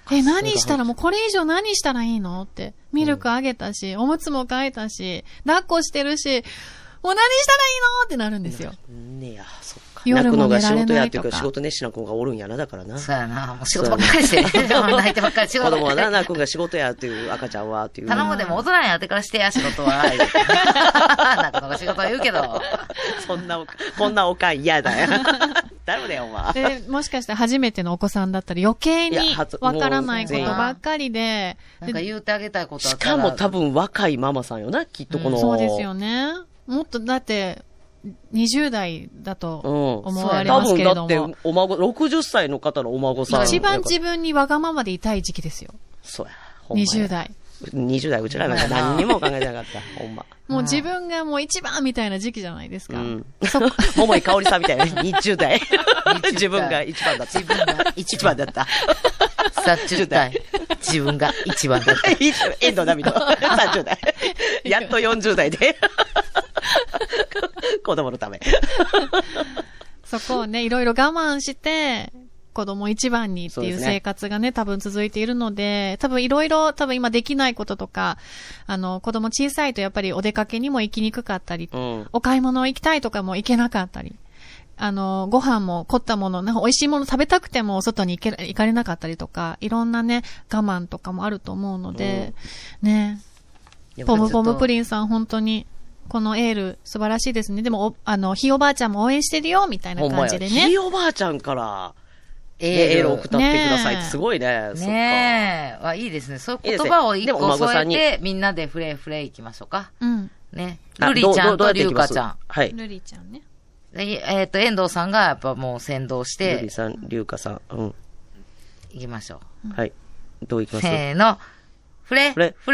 何したら、もうこれ以上何したらいいのって。ミルクあげたし、おむつも替えたし、抱っこしてるし、もう何したらいいのってなるんですよ。 ねや、そっか。 夜も寝られないとか泣くのが仕事やっていうか、仕事熱心な子がおるんやな、だからな。 そうやな。もう仕事ばっかりして、泣いてばっかり仕事子供はな、泣くんが仕事やっていう赤ちゃんはっていう。 頼むでも大人になってからしてや、仕事は。言うて泣くのが仕事は言うけど。 こんなおかん嫌だよ。誰もだよ、お前。 もしかして初めてのお子さんだったら余計にわからないことばっかりで。 なんか言うてあげたいことあっしたら。 かも多分若いママさんよな、きっとこの。 そうですよね。もっと、だって、20代だと思われますけれども。 多分だって、お孫、60歳の方のお孫さん。 一番自分にわがままでいたい時期ですよ。 そうや。ほんまや 20代。 20代、うちらなんか何にも考えてなかった。ほんま。 もう自分がもう一番みたいな時期じゃないですか。 桃井かおりさんみたいな20代。自分が一番だった。 自分が一番だった。 30代。自分が一番だった。 遠藤奈美の30代。やっと40代で。子供のため。 そこをね、いろいろ我慢して、子供一番にっていう生活がね、多分続いているので、多分いろいろ、多分今できないこととか、子供小さいとやっぱりお出かけにも行きにくかったり、お買い物行きたいとかも行けなかったり、ご飯も凝ったもの、なんか美味しいもの食べたくても外に行かれなかったりとか、いろんなね、我慢とかもあると思うので、ね、ポムポムプリンさん本当に、このエール素晴らしいですね。でも、ひいおばあちゃんも応援してるよ、みたいな感じでね。 ひいおばあちゃんから、エールを送ってくださいってすごいね。 ねえ。いいですね。そういう言葉を一個添えて、みんなでフレ行きましょうか。 うん。 ね。ルリちゃんとリュウカちゃん。 はい。 ルリちゃんね。 遠藤さんがやっぱもう先導して。 ルリさん、リュウカさん。うん。 行きましょう。はい。どう行きますせーの。フレ。なんせ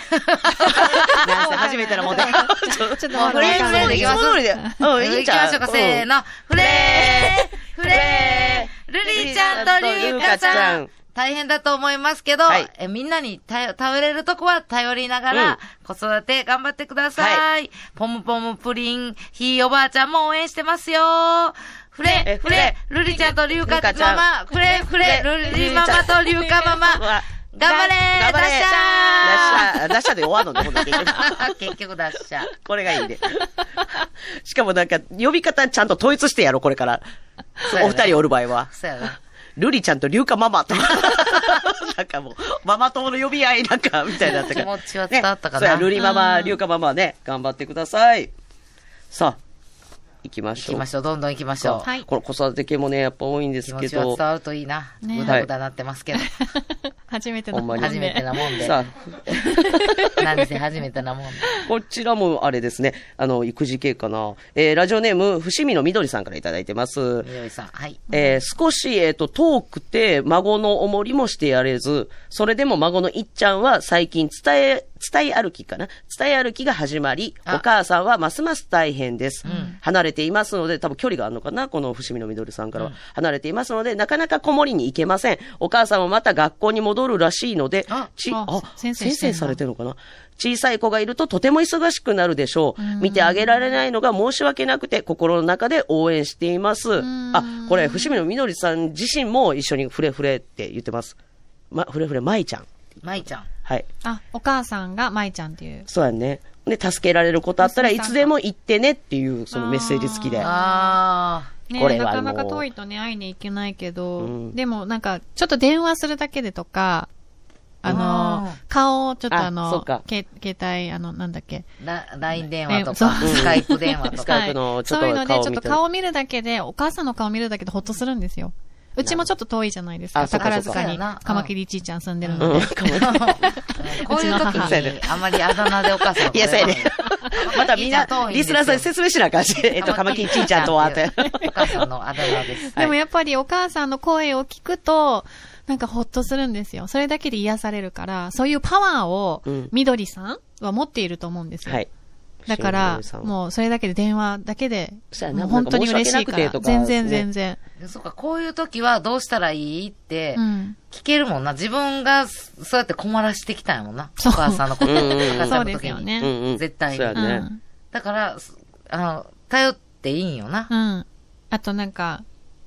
初めてのもんで。 ちょっとフレで行きます。行きましょうか。せーの。フレルリちゃんとリュウカちゃん。大変だと思いますけど、みんなに頼れるとこは頼りながら、子育て頑張ってください。ポムポムプリン、ひいおばあちゃんも応援してますよ。フレ、ルリちゃんとリュウカママ、フレ、ルリママとリュウカママ。頑張れーダッシャーで終わるのね、 結局ダッシャー。 これがいいね。しかもなんか、呼び方ちゃんと統一してやろう、これから。お二人おる場合は。 そうやな。 ルリちゃんとリュウカママとか。なんかもう、ママ友の呼び合いなんか、みたいになったから。 気持ちは伝わったかな。 そうや、ルリママ、リュウカママはね、頑張ってください。さあ、行きましょう。 どんどん行きましょう。 はい。この子育て系もね、やっぱ多いんですけど。 気持ちは伝わるといいな。ぐだぐだなってますけど。 初めてなもんで。 さあ。何せ初めてなもんで。 こちらもあれですね、育児系かな。ラジオネーム、伏見のみどりさんからいただいてます。 みどりさん、はい。 少し、遠くて、孫のおもりもしてやれず、それでも孫のいっちゃんは最近伝え歩きかな。伝え歩きが始まり、お母さんはますます大変です。離れていますので、多分距離があるのかな、この伏見のみどりさんからは。離れていますので、なかなか子守に行けません。お母さんもまた学校に戻るらしいので、先生されてるのかな。小さい子がいるととても忙しくなるでしょう。見てあげられないのが申し訳なくて、心の中で応援しています。これ、伏見のみどりさん自身も一緒にフレって言ってます。フレ舞ちゃん。 舞ちゃん。 はい。 お母さんが舞ちゃんっていう。 そうやね。で、助けられることあったらいつでも行ってねっていう、そのメッセージ付きで。 ね、なかなか遠いとね、会いに行けないけど、でもなんか、ちょっと電話するだけでとか、顔をちょっと携帯、なんだっけ。 LINE 電話とか、スカイプ電話とか。 スカイプのちょっとそういうので、ちょっと顔を見るだけで、お母さんの顔を見るだけでほっとするんですよ。うちもちょっと遠いじゃないですか。宝塚に、カマキリちいちゃん住んでるので。 こういう時に、あまりあだ名でお母さん。 いや、そうやね。またみんな、リスナーさんに説明しなあかんし、カマキリちいちゃんとはって。 お母さんのあだ名です。 でもやっぱりお母さんの声を聞くと、なんかほっとするんですよ。それだけで癒されるから、そういうパワーを、みどりさんは持っていると思うんですよ。はい。だから、もうそれだけで電話だけで、もう本当に嬉しいから、全然。 そうか、こういう時はどうしたらいいって、聞けるもんな。自分がそうやって困らしてきたんやもんな。お母さんのこと。 そうですよね。 絶対に。だから、頼っていいんよな。 あとなんか、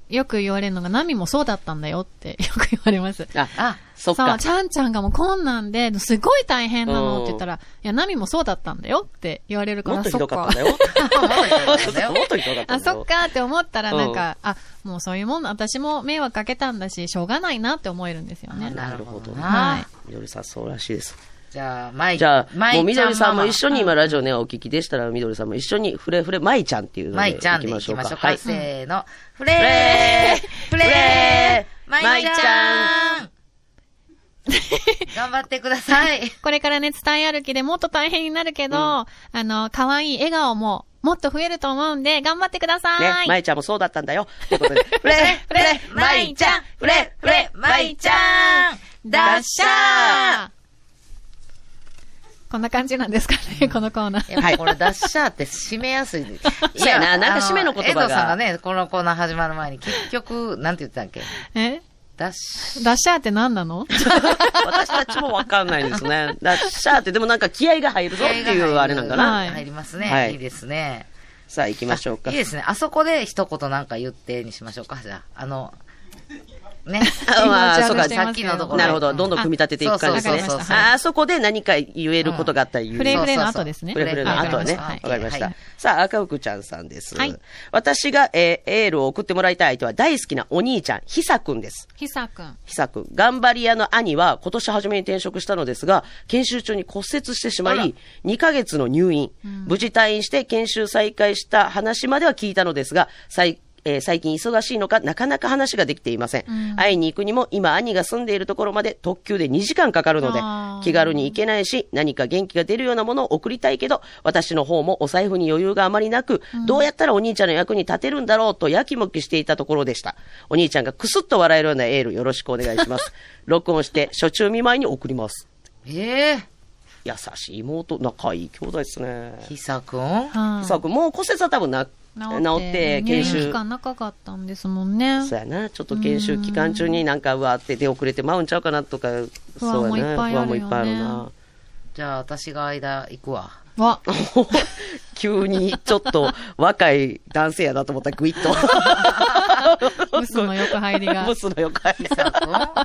よく言われるのが、ナミもそうだったんだよってよく言われます。 そっか。 そう、ちゃんちゃんがもうこんなんで、すごい大変なのって言ったら、いや、ナミもそうだったんだよって言われるから、 もっとひどかったんだよ。もっとひどかったんだよ。 そっかって思ったらなんか、もうそういうもん、私も迷惑かけたんだし、しょうがないなって思えるんですよね。 なるほど。 はい。 みどりさん、そうらしいです。 じゃあ、 もうみどりさんも一緒に今ラジオね、お聞きでしたら、みどりさんも一緒にフレフレまいちゃんっていうので行きましょうか。 はい。せーの。フレーまいちゃん頑張ってください。 これからね、伝え歩きでもっと大変になるけど、可愛い笑顔ももっと増えると思うんで、頑張ってください。 ね、まいちゃんもそうだったんだよ。ということで、 フレまいちゃんフレまいちゃんダッシャーこんな感じなんですかね、このコーナー。 はい。これ、ダッシャーって締めやすい。 そうやな、なんか締めの言葉が。 遠藤さんがね、このコーナー始まる前に、結局、なんて言ってたっけ？ダッシャーって何なの？ 私たちもわかんないですね。ダッシャーって、でもなんか気合が入るぞっていうあれなんかな。 入りますね。いいですね。 さあ、行きましょうか。 いいですね。あそこで一言なんか言ってにしましょうか。じゃあ、ね。 そうか、 さっきのところ。 なるほど。どんどん組み立てていく感じですね。あそこで何か言えることがあったら言う。 フレの後ですね。 フレの後ね。わかりました。さあ、赤福ちゃんさんです。私がエールを送ってもらいたい相手は大好きなお兄ちゃん、ひさくんです。 ひさくん。 頑張り屋の兄は今年初めに転職したのですが、研修中に骨折してしまい、2ヶ月の入院。無事退院して研修再開した話までは聞いたのですが、最近忙しいのかなかなか話ができていません。会いに行くにも今兄が住んでいるところまで特急で2時間かかるので気軽に行けないし、何か元気が出るようなものを送りたいけど、私の方もお財布に余裕があまりなく、どうやったらお兄ちゃんの役に立てるんだろうとやきもきしていたところでした。お兄ちゃんがクスッと笑えるようなエールよろしくお願いします。録音して初中見舞いに送ります。優しい妹、仲いい兄弟ですね。 ひさくん、 もう骨折は多分治って研修期間長かったんですもんね。 そうやな、ちょっと研修期間中になんかうわって出遅れてまうんちゃうかなとか、そうやな、不安もいっぱいあるな。 じゃあ私が間行くわ。 急にちょっと若い男性やなと思ったらグイッと。 ムスの横入りが。 ムスの横入り。ひさ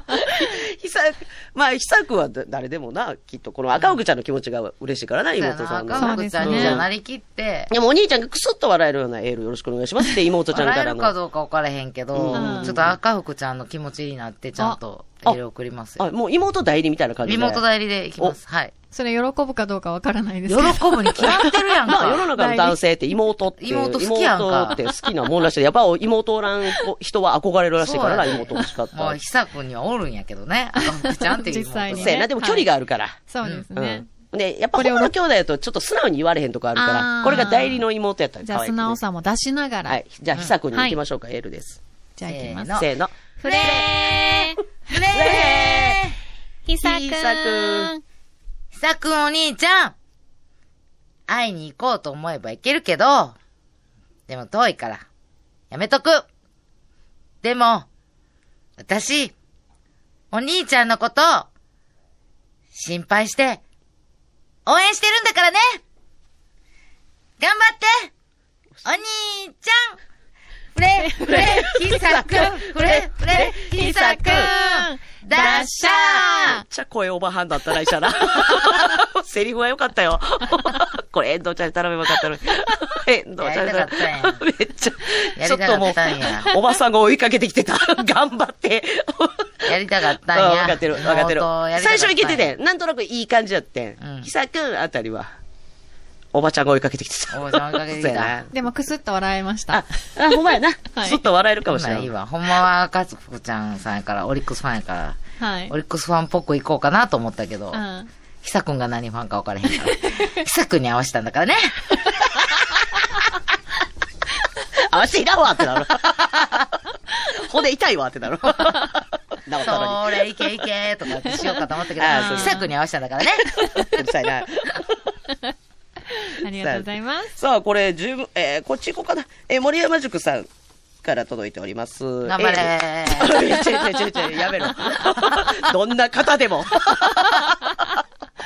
くは誰でもな、きっとこの赤福ちゃんの気持ちが嬉しいからな、妹さんの。 赤福ちゃんにじゃなりきって。 でもお兄ちゃんがクスッと笑えるようなエールよろしくお願いしますって妹ちゃんからの。 笑えるかどうか分からへんけど、ちょっと赤福ちゃんの気持ちになってちゃんとエール送りますよ。 もう妹代理みたいな感じで。 妹代理で行きます。はい。 それ喜ぶかどうかわからないですけど。 喜ぶに決まってるやんか。 世の中の男性って妹好きやんか。妹って好きなもんらしい。やっぱ妹おらん人は憧れるらしいからな、妹欲しかった。 もうひさくんにはおるんやけどね。赤福ちゃんっていう妹。 実際に。 そうやな、でも距離があるから。 そうですね。 で、やっぱ他の兄弟だとちょっと素直に言われへんとこあるから、これが代理の妹やったらじゃあ素直さも出しながら。 はい。じゃあひさくんに行きましょうか、エールです。 じゃあ行きます。 せーの。 フレーひさくん。 ひさくんお兄ちゃん、会いに行こうと思えば行けるけど、でも遠いから、やめとく。でも、私、お兄ちゃんのこと、心配して、応援してるんだからね。頑張ってお兄ちゃん、フレひさくん、フレひさくん、ダッシャー。 めっちゃ声オーバーハンドだったな、医者な。セリフは良かったよ。これ、遠藤ちゃんに頼めばよかったのに。遠藤ちゃんに頼めばよかったんや。めっちゃ、ちょっともう、おばさんが追いかけてきてた。頑張って。 やりたかったんや。 わかってる。最初いけてて、なんとなくいい感じやってん。ひさくんあたりは。おばちゃんが追いかけてきてた。 おばちゃん追いかけてきた。 でもくすっと笑えました。 ほんまやな。くすっと笑えるかもしれない。 いいわ。ほんまは赤福ちゃんさんやから、オリックスファンやから、 はい。 オリックスファンっぽく行こうかなと思ったけど、ひさくんが何ファンか分からへんから。ひさくんに合わせたんだからね。 合わせていらんわってなる。骨痛いわってなる。 それいけいけとかってしようかと思ったけど、ひさくんに合わせたんだからね。 うるさいな。 ありがとうございます。 さあ、これ、十分、こっち行こうかな。森山塾さんから届いております。 頑張れー。やめろ。どんな方でも。 ここ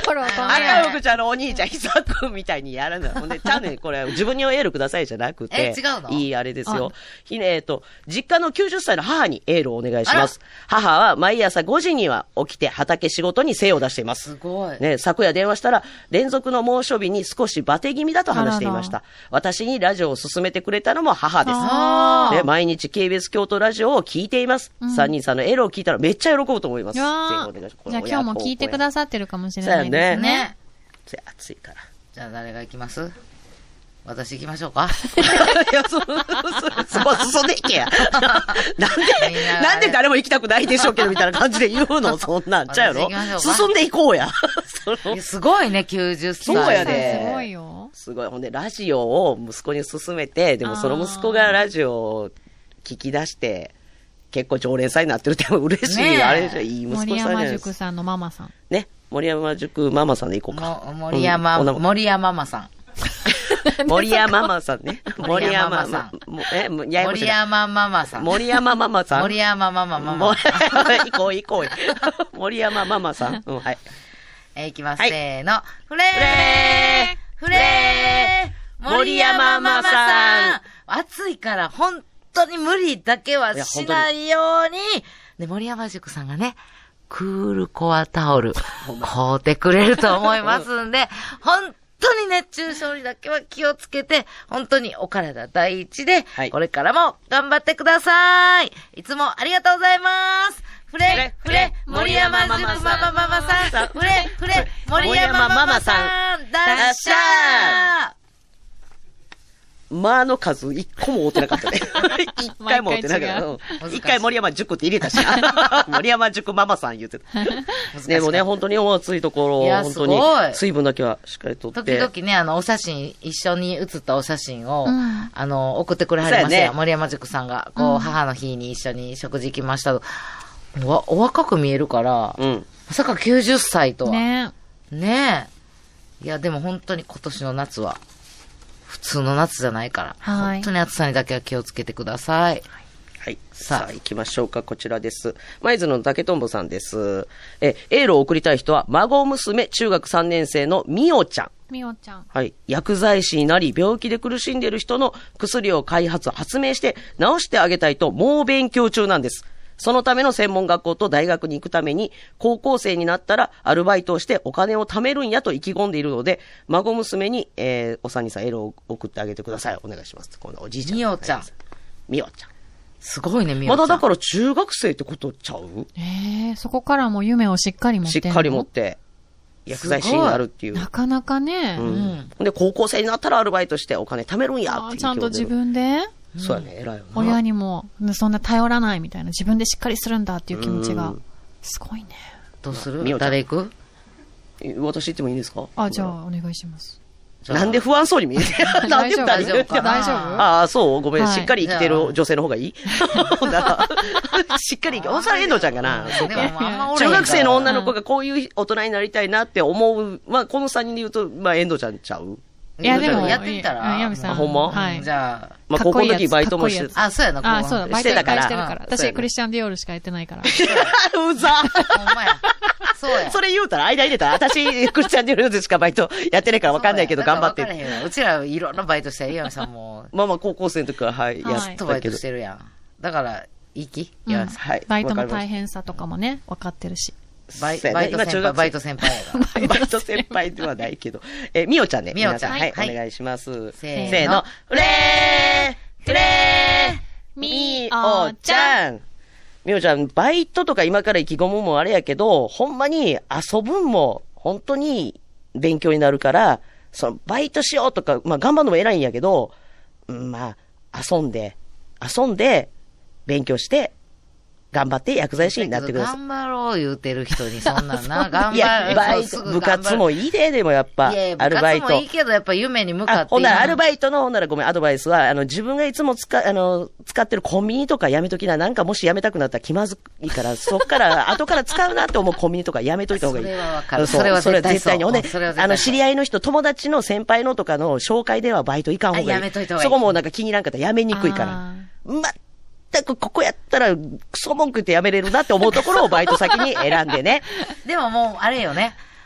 心を止め赤よい服ちゃんのお兄ちゃん、ひさくんみたいにやらない。ほんで、ちゃうねん、これ、自分にエールくださいじゃなくて。 違うの？ いいあれですよ。実家の90歳の母にエールをお願いします。母は毎朝5時には起きて畑仕事に精を出しています。 すごい。 ね、昨夜電話したら、連続の猛暑日に少しバテ気味だと話していました。私にラジオを勧めてくれたのも母です。ね、毎日 KBS 京都ラジオを聞いています。3人さんのエールを聞いたらめっちゃ喜ぶと思います。 じゃあ今日も聞いてくださってるかもしれないですね。 暑いから。 じゃあ誰が行きます？私行きましょうか。 いや、そこ進んでいけや。なんで誰も行きたくないでしょうけど、みたいな感じで言うのそんなんちゃうやろ。進んでいこうや。 すごいね、90歳。 そうやで。 すごいよ。 すごい。ほんで、ラジオを息子に勧めて、でもその息子がラジオを聞き出して、結構常連さんになってるって嬉しい。あれじゃいい息子さんじゃないですか。 森山塾さんのママさん。 ね。森山塾ママさんで行こうか。 森山ママさん。 森山ママさんね。 森山さん。森山ママさん。 森山ママさん。 森山ママママ。 行こう。森山ママさん。はい。 いきます。せーの。フレー森山ママさん。暑いから本当に無理だけはしないように。で、森山塾さんがね、クールコアタオル、買うてくれると思いますんで、本当に熱中症にだけは気をつけて、本当にお体第一で、これからも頑張ってください。いつもありがとうございます。フレ、森山塾ママママさん。フレ、森山ママさん。ダッシャー。 まあの数一個も追ってなかったね。一回も追ってなかった。一回森山塾って入れたし。森山塾ママさん言ってた。でもね、本当にお暑いところ、本当に水分だけはしっかりとって。 時々ね、お写真、一緒に写ったお写真を、送ってくれはりましたよ。森山塾さんが、母の日に一緒に食事行きましたと。お若く見えるから、まさか90歳とは。ねえ。いや、でも本当に今年の夏は、普通の夏じゃないから、本当に暑さにだけは気をつけてください。 はい。さあ、行きましょうか。こちらです。舞鶴の竹とんぼさんです。エールを送りたい人は、孫娘中学3年生のみおちゃん。 みおちゃん。 はい。薬剤師になり、病気で苦しんでいる人の薬を発明して、治してあげたいと、猛勉強中なんです。そのための専門学校と大学に行くために、高校生になったらアルバイトをしてお金を貯めるんやと意気込んでいるので、孫娘に、お三人さんエールを送ってあげてください。お願いします。このおじいちゃん。 みおちゃん。 みおちゃん。 すごいね、みおちゃん。 まだだから中学生ってことちゃう？ そこからも夢をしっかり持ってんの？ しっかり持って、薬剤師になるっていう。 なかなかね。 で、高校生になったらアルバイトしてお金貯めるんやっていう。 ちゃんと自分で？ そうやね、偉いよな。 親にも、そんな頼らないみたいな、自分でしっかりするんだっていう気持ちが、すごいね。 どうする？誰行く？ 私行ってもいいですか？ じゃあ、お願いします。 なんで不安そうに見えて大丈夫大丈夫ああ、そうごめん、しっかり生きてる女性の方がいいしっかり、それ遠藤ちゃんかな。中学生の女の子がこういう大人になりたいなって思う、まあ、この3人で言うと、まあ、遠藤ちゃんちゃう？ いや、でも、 やってみたら、 ヤミさん。 ほんま？ はい。じゃあ、 まあ、高校の時バイトもしてた。そうやな、 そうだ、バイトいっぱいしてるから。私、クリスチャン・ディオールしかやってないから。 うざほんまや。そうや。 それ言うたら、間入れたら、私、クリスチャン・ディオールでしかバイトやってないから分かんないけど、頑張って。 うちらいろんなバイトしてる、ヤミさんも。 まあまあ、高校生の時から、はい、やっとバイトしてるやん。だから、いい気？ はい。 バイトの大変さとかもね、分かってるし。 バイト先輩やから。 バイト先輩ではないけど。みおちゃんね。 みおちゃん。 はい、お願いします。 せーの。 フレーみおちゃん。みおちゃん、バイトとか今から意気込むもあれやけど、ほんまに遊ぶんも本当に勉強になるから、バイトしようとか、まあ頑張るのも偉いんやけど、まあ、遊んで、勉強して、頑張って薬剤師になってください。 頑張ろう言うてる人にそんなんな、頑張る。部活もいいでもやっぱ、アルバイト。 部活もいいけど、やっぱ夢に向かって。 ほんならアルバイトの、ごめん、アドバイスは、自分がいつも使ってるコンビニとかやめときな、なんかもしやめたくなったら気まずいから、そっから、後から使うなって思うコンビニとかやめといた方がいい。 それはわかる。それは絶対に。 ほんで、知り合いの人、友達の先輩のとかの紹介ではバイト行かん方がいい。 やめといた方がいい。 そこもなんか気に入らんかったらやめにくいから。全くここやったら、クソ文句言ってやめれるなって思うところをバイト先に選んでね。 でももう、あれよね。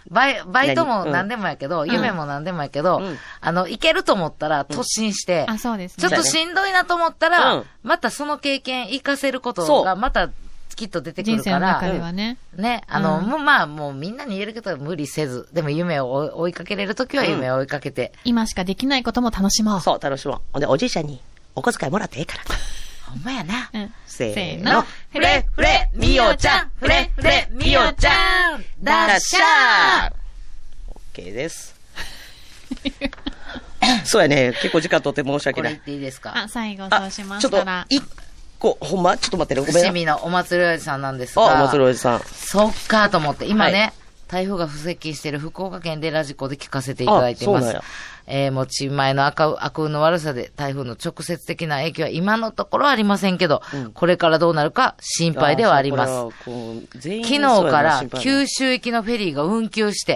バイトも何でもやけど、夢も何でもやけど、行けると思ったら突進して、 そうですね。 ちょっとしんどいなと思ったら、またその経験活かせることがまたきっと出てくるから。人生の中ではね。まあもうみんなに言えるけど無理せず、でも夢を追いかけれるときは夢を追いかけて。 今しかできないことも楽しもう。 そう、楽しもう。ほんで、おじいちゃんにお小遣いもらってええから。 ほんまやな。 せーの。 フレフレみおちゃん、フレフレみおちゃん、ダッシャー。 OK です。そうやね、結構時間とって申し訳ない。 これ言っていいですか？ 最後そうしましたら。 ちょっと、一個、ほんまちょっと待ってね、ごめんな。 伏見のお祭りおやじさんなんですが。 お祭りおやじさん。 そっかと思って、今ね、台風が不接近している福岡県でラジコで聞かせていただいています。持ち前の悪運の悪さで台風の直接的な影響は今のところありませんけど、これからどうなるか心配ではあります。昨日から九州行きのフェリーが運休して、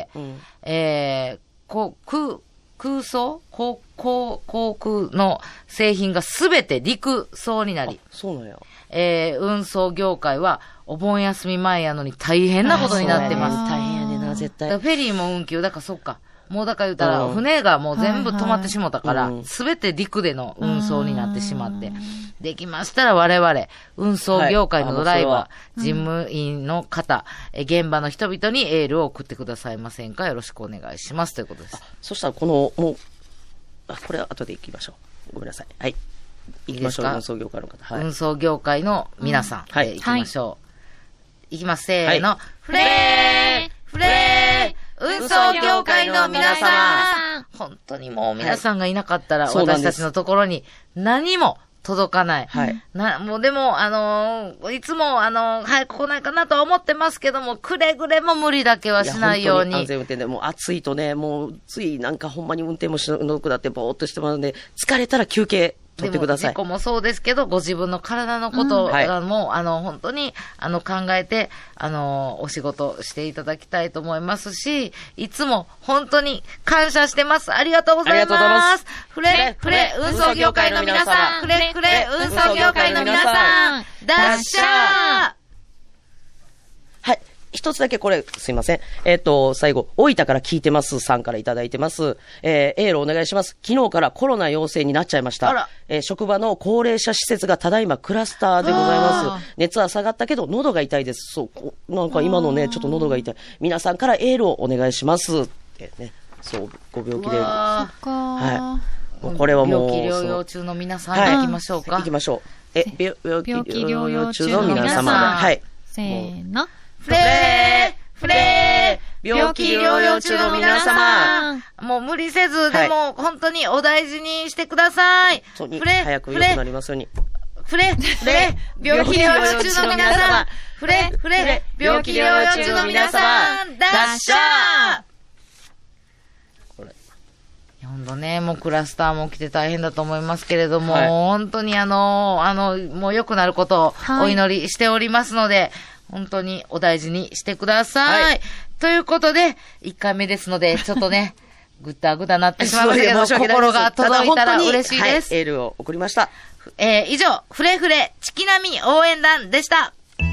空想航空の製品がすべて陸送になり、 そうなんや。 運送業界はお盆休み前やのに大変なことになってます。 大変やねんな、絶対。 フェリーも運休、だからそっか。もうだから言ったら、船がもう全部止まってしもたから、すべて陸での運送になってしまって。できましたら我々、運送業界のドライバー、事務員の方、現場の人々にエールを送ってくださいませんか？よろしくお願いします。ということです。 そしたらこの、これは後で行きましょう。ごめんなさい。はい。行きましょう、運送業界の方。 運送業界の皆さん、行きましょう。行きます、せーの。フレー運送業界の皆様、本当にもう皆さんがいなかったら、私たちのところに何も届かない。もうでも、いつも、早く来ないかなとは思ってますけども、くれぐれも無理だけはしないように。 安全運転で、もう暑いとね、もうついなんかほんまに運転もしのくなってぼーっとしてますので、疲れたら休憩。取ってください。 事故もそうですけど、ご自分の体のことも、本当に、考えて、お仕事していただきたいと思いますし、いつも本当に感謝してます。ありがとうございます。フレ運送業界の皆さん、フレ運送業界の皆さん、ダッシャー。 はい。一つだけこれ、すいません。最後、大分から聞いてますさんからいただいてます。エールお願いします。昨日からコロナ陽性になっちゃいました。職場の高齢者施設がただいまクラスターでございます。熱は下がったけど、喉が痛いです。そう、なんか今のね、ちょっと喉が痛い。皆さんからエールをお願いします。ってね。そう、ご病気で。はい。これはもう。 病気療養中の皆さんで行きましょうか。 行きましょう。病気療養中の皆様。はい。 せーの。 フレー病気療養中の皆様、もう無理せず、でも本当にお大事にしてください。 本当に早く良くなりますように。 フレ病気療養中の皆様、フレ病気療養中の皆様、ダッシャー。本当ね、もうクラスターも来て大変だと思いますけれども、本当にもう良くなることをお祈りしておりますので、本当にお大事にしてください。ということで、1回目ですので、ちょっとね、ぐったぐたなってしまいましたけど、心が届いたら嬉しいです。 エールを送りました。 以上、フレチキナミ応援団でした。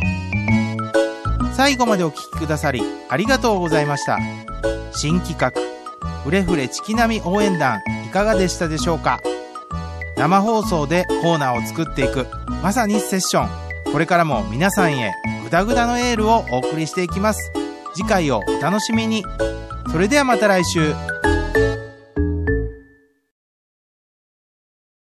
最後までお聞きくださり、ありがとうございました。新企画、フレチキナミ応援団、いかがでしたでしょうか？生放送でコーナーを作っていく、まさにセッション。これからも皆さんへグダグダのエールをお送りしていきます。次回をお楽しみに。それではまた来週。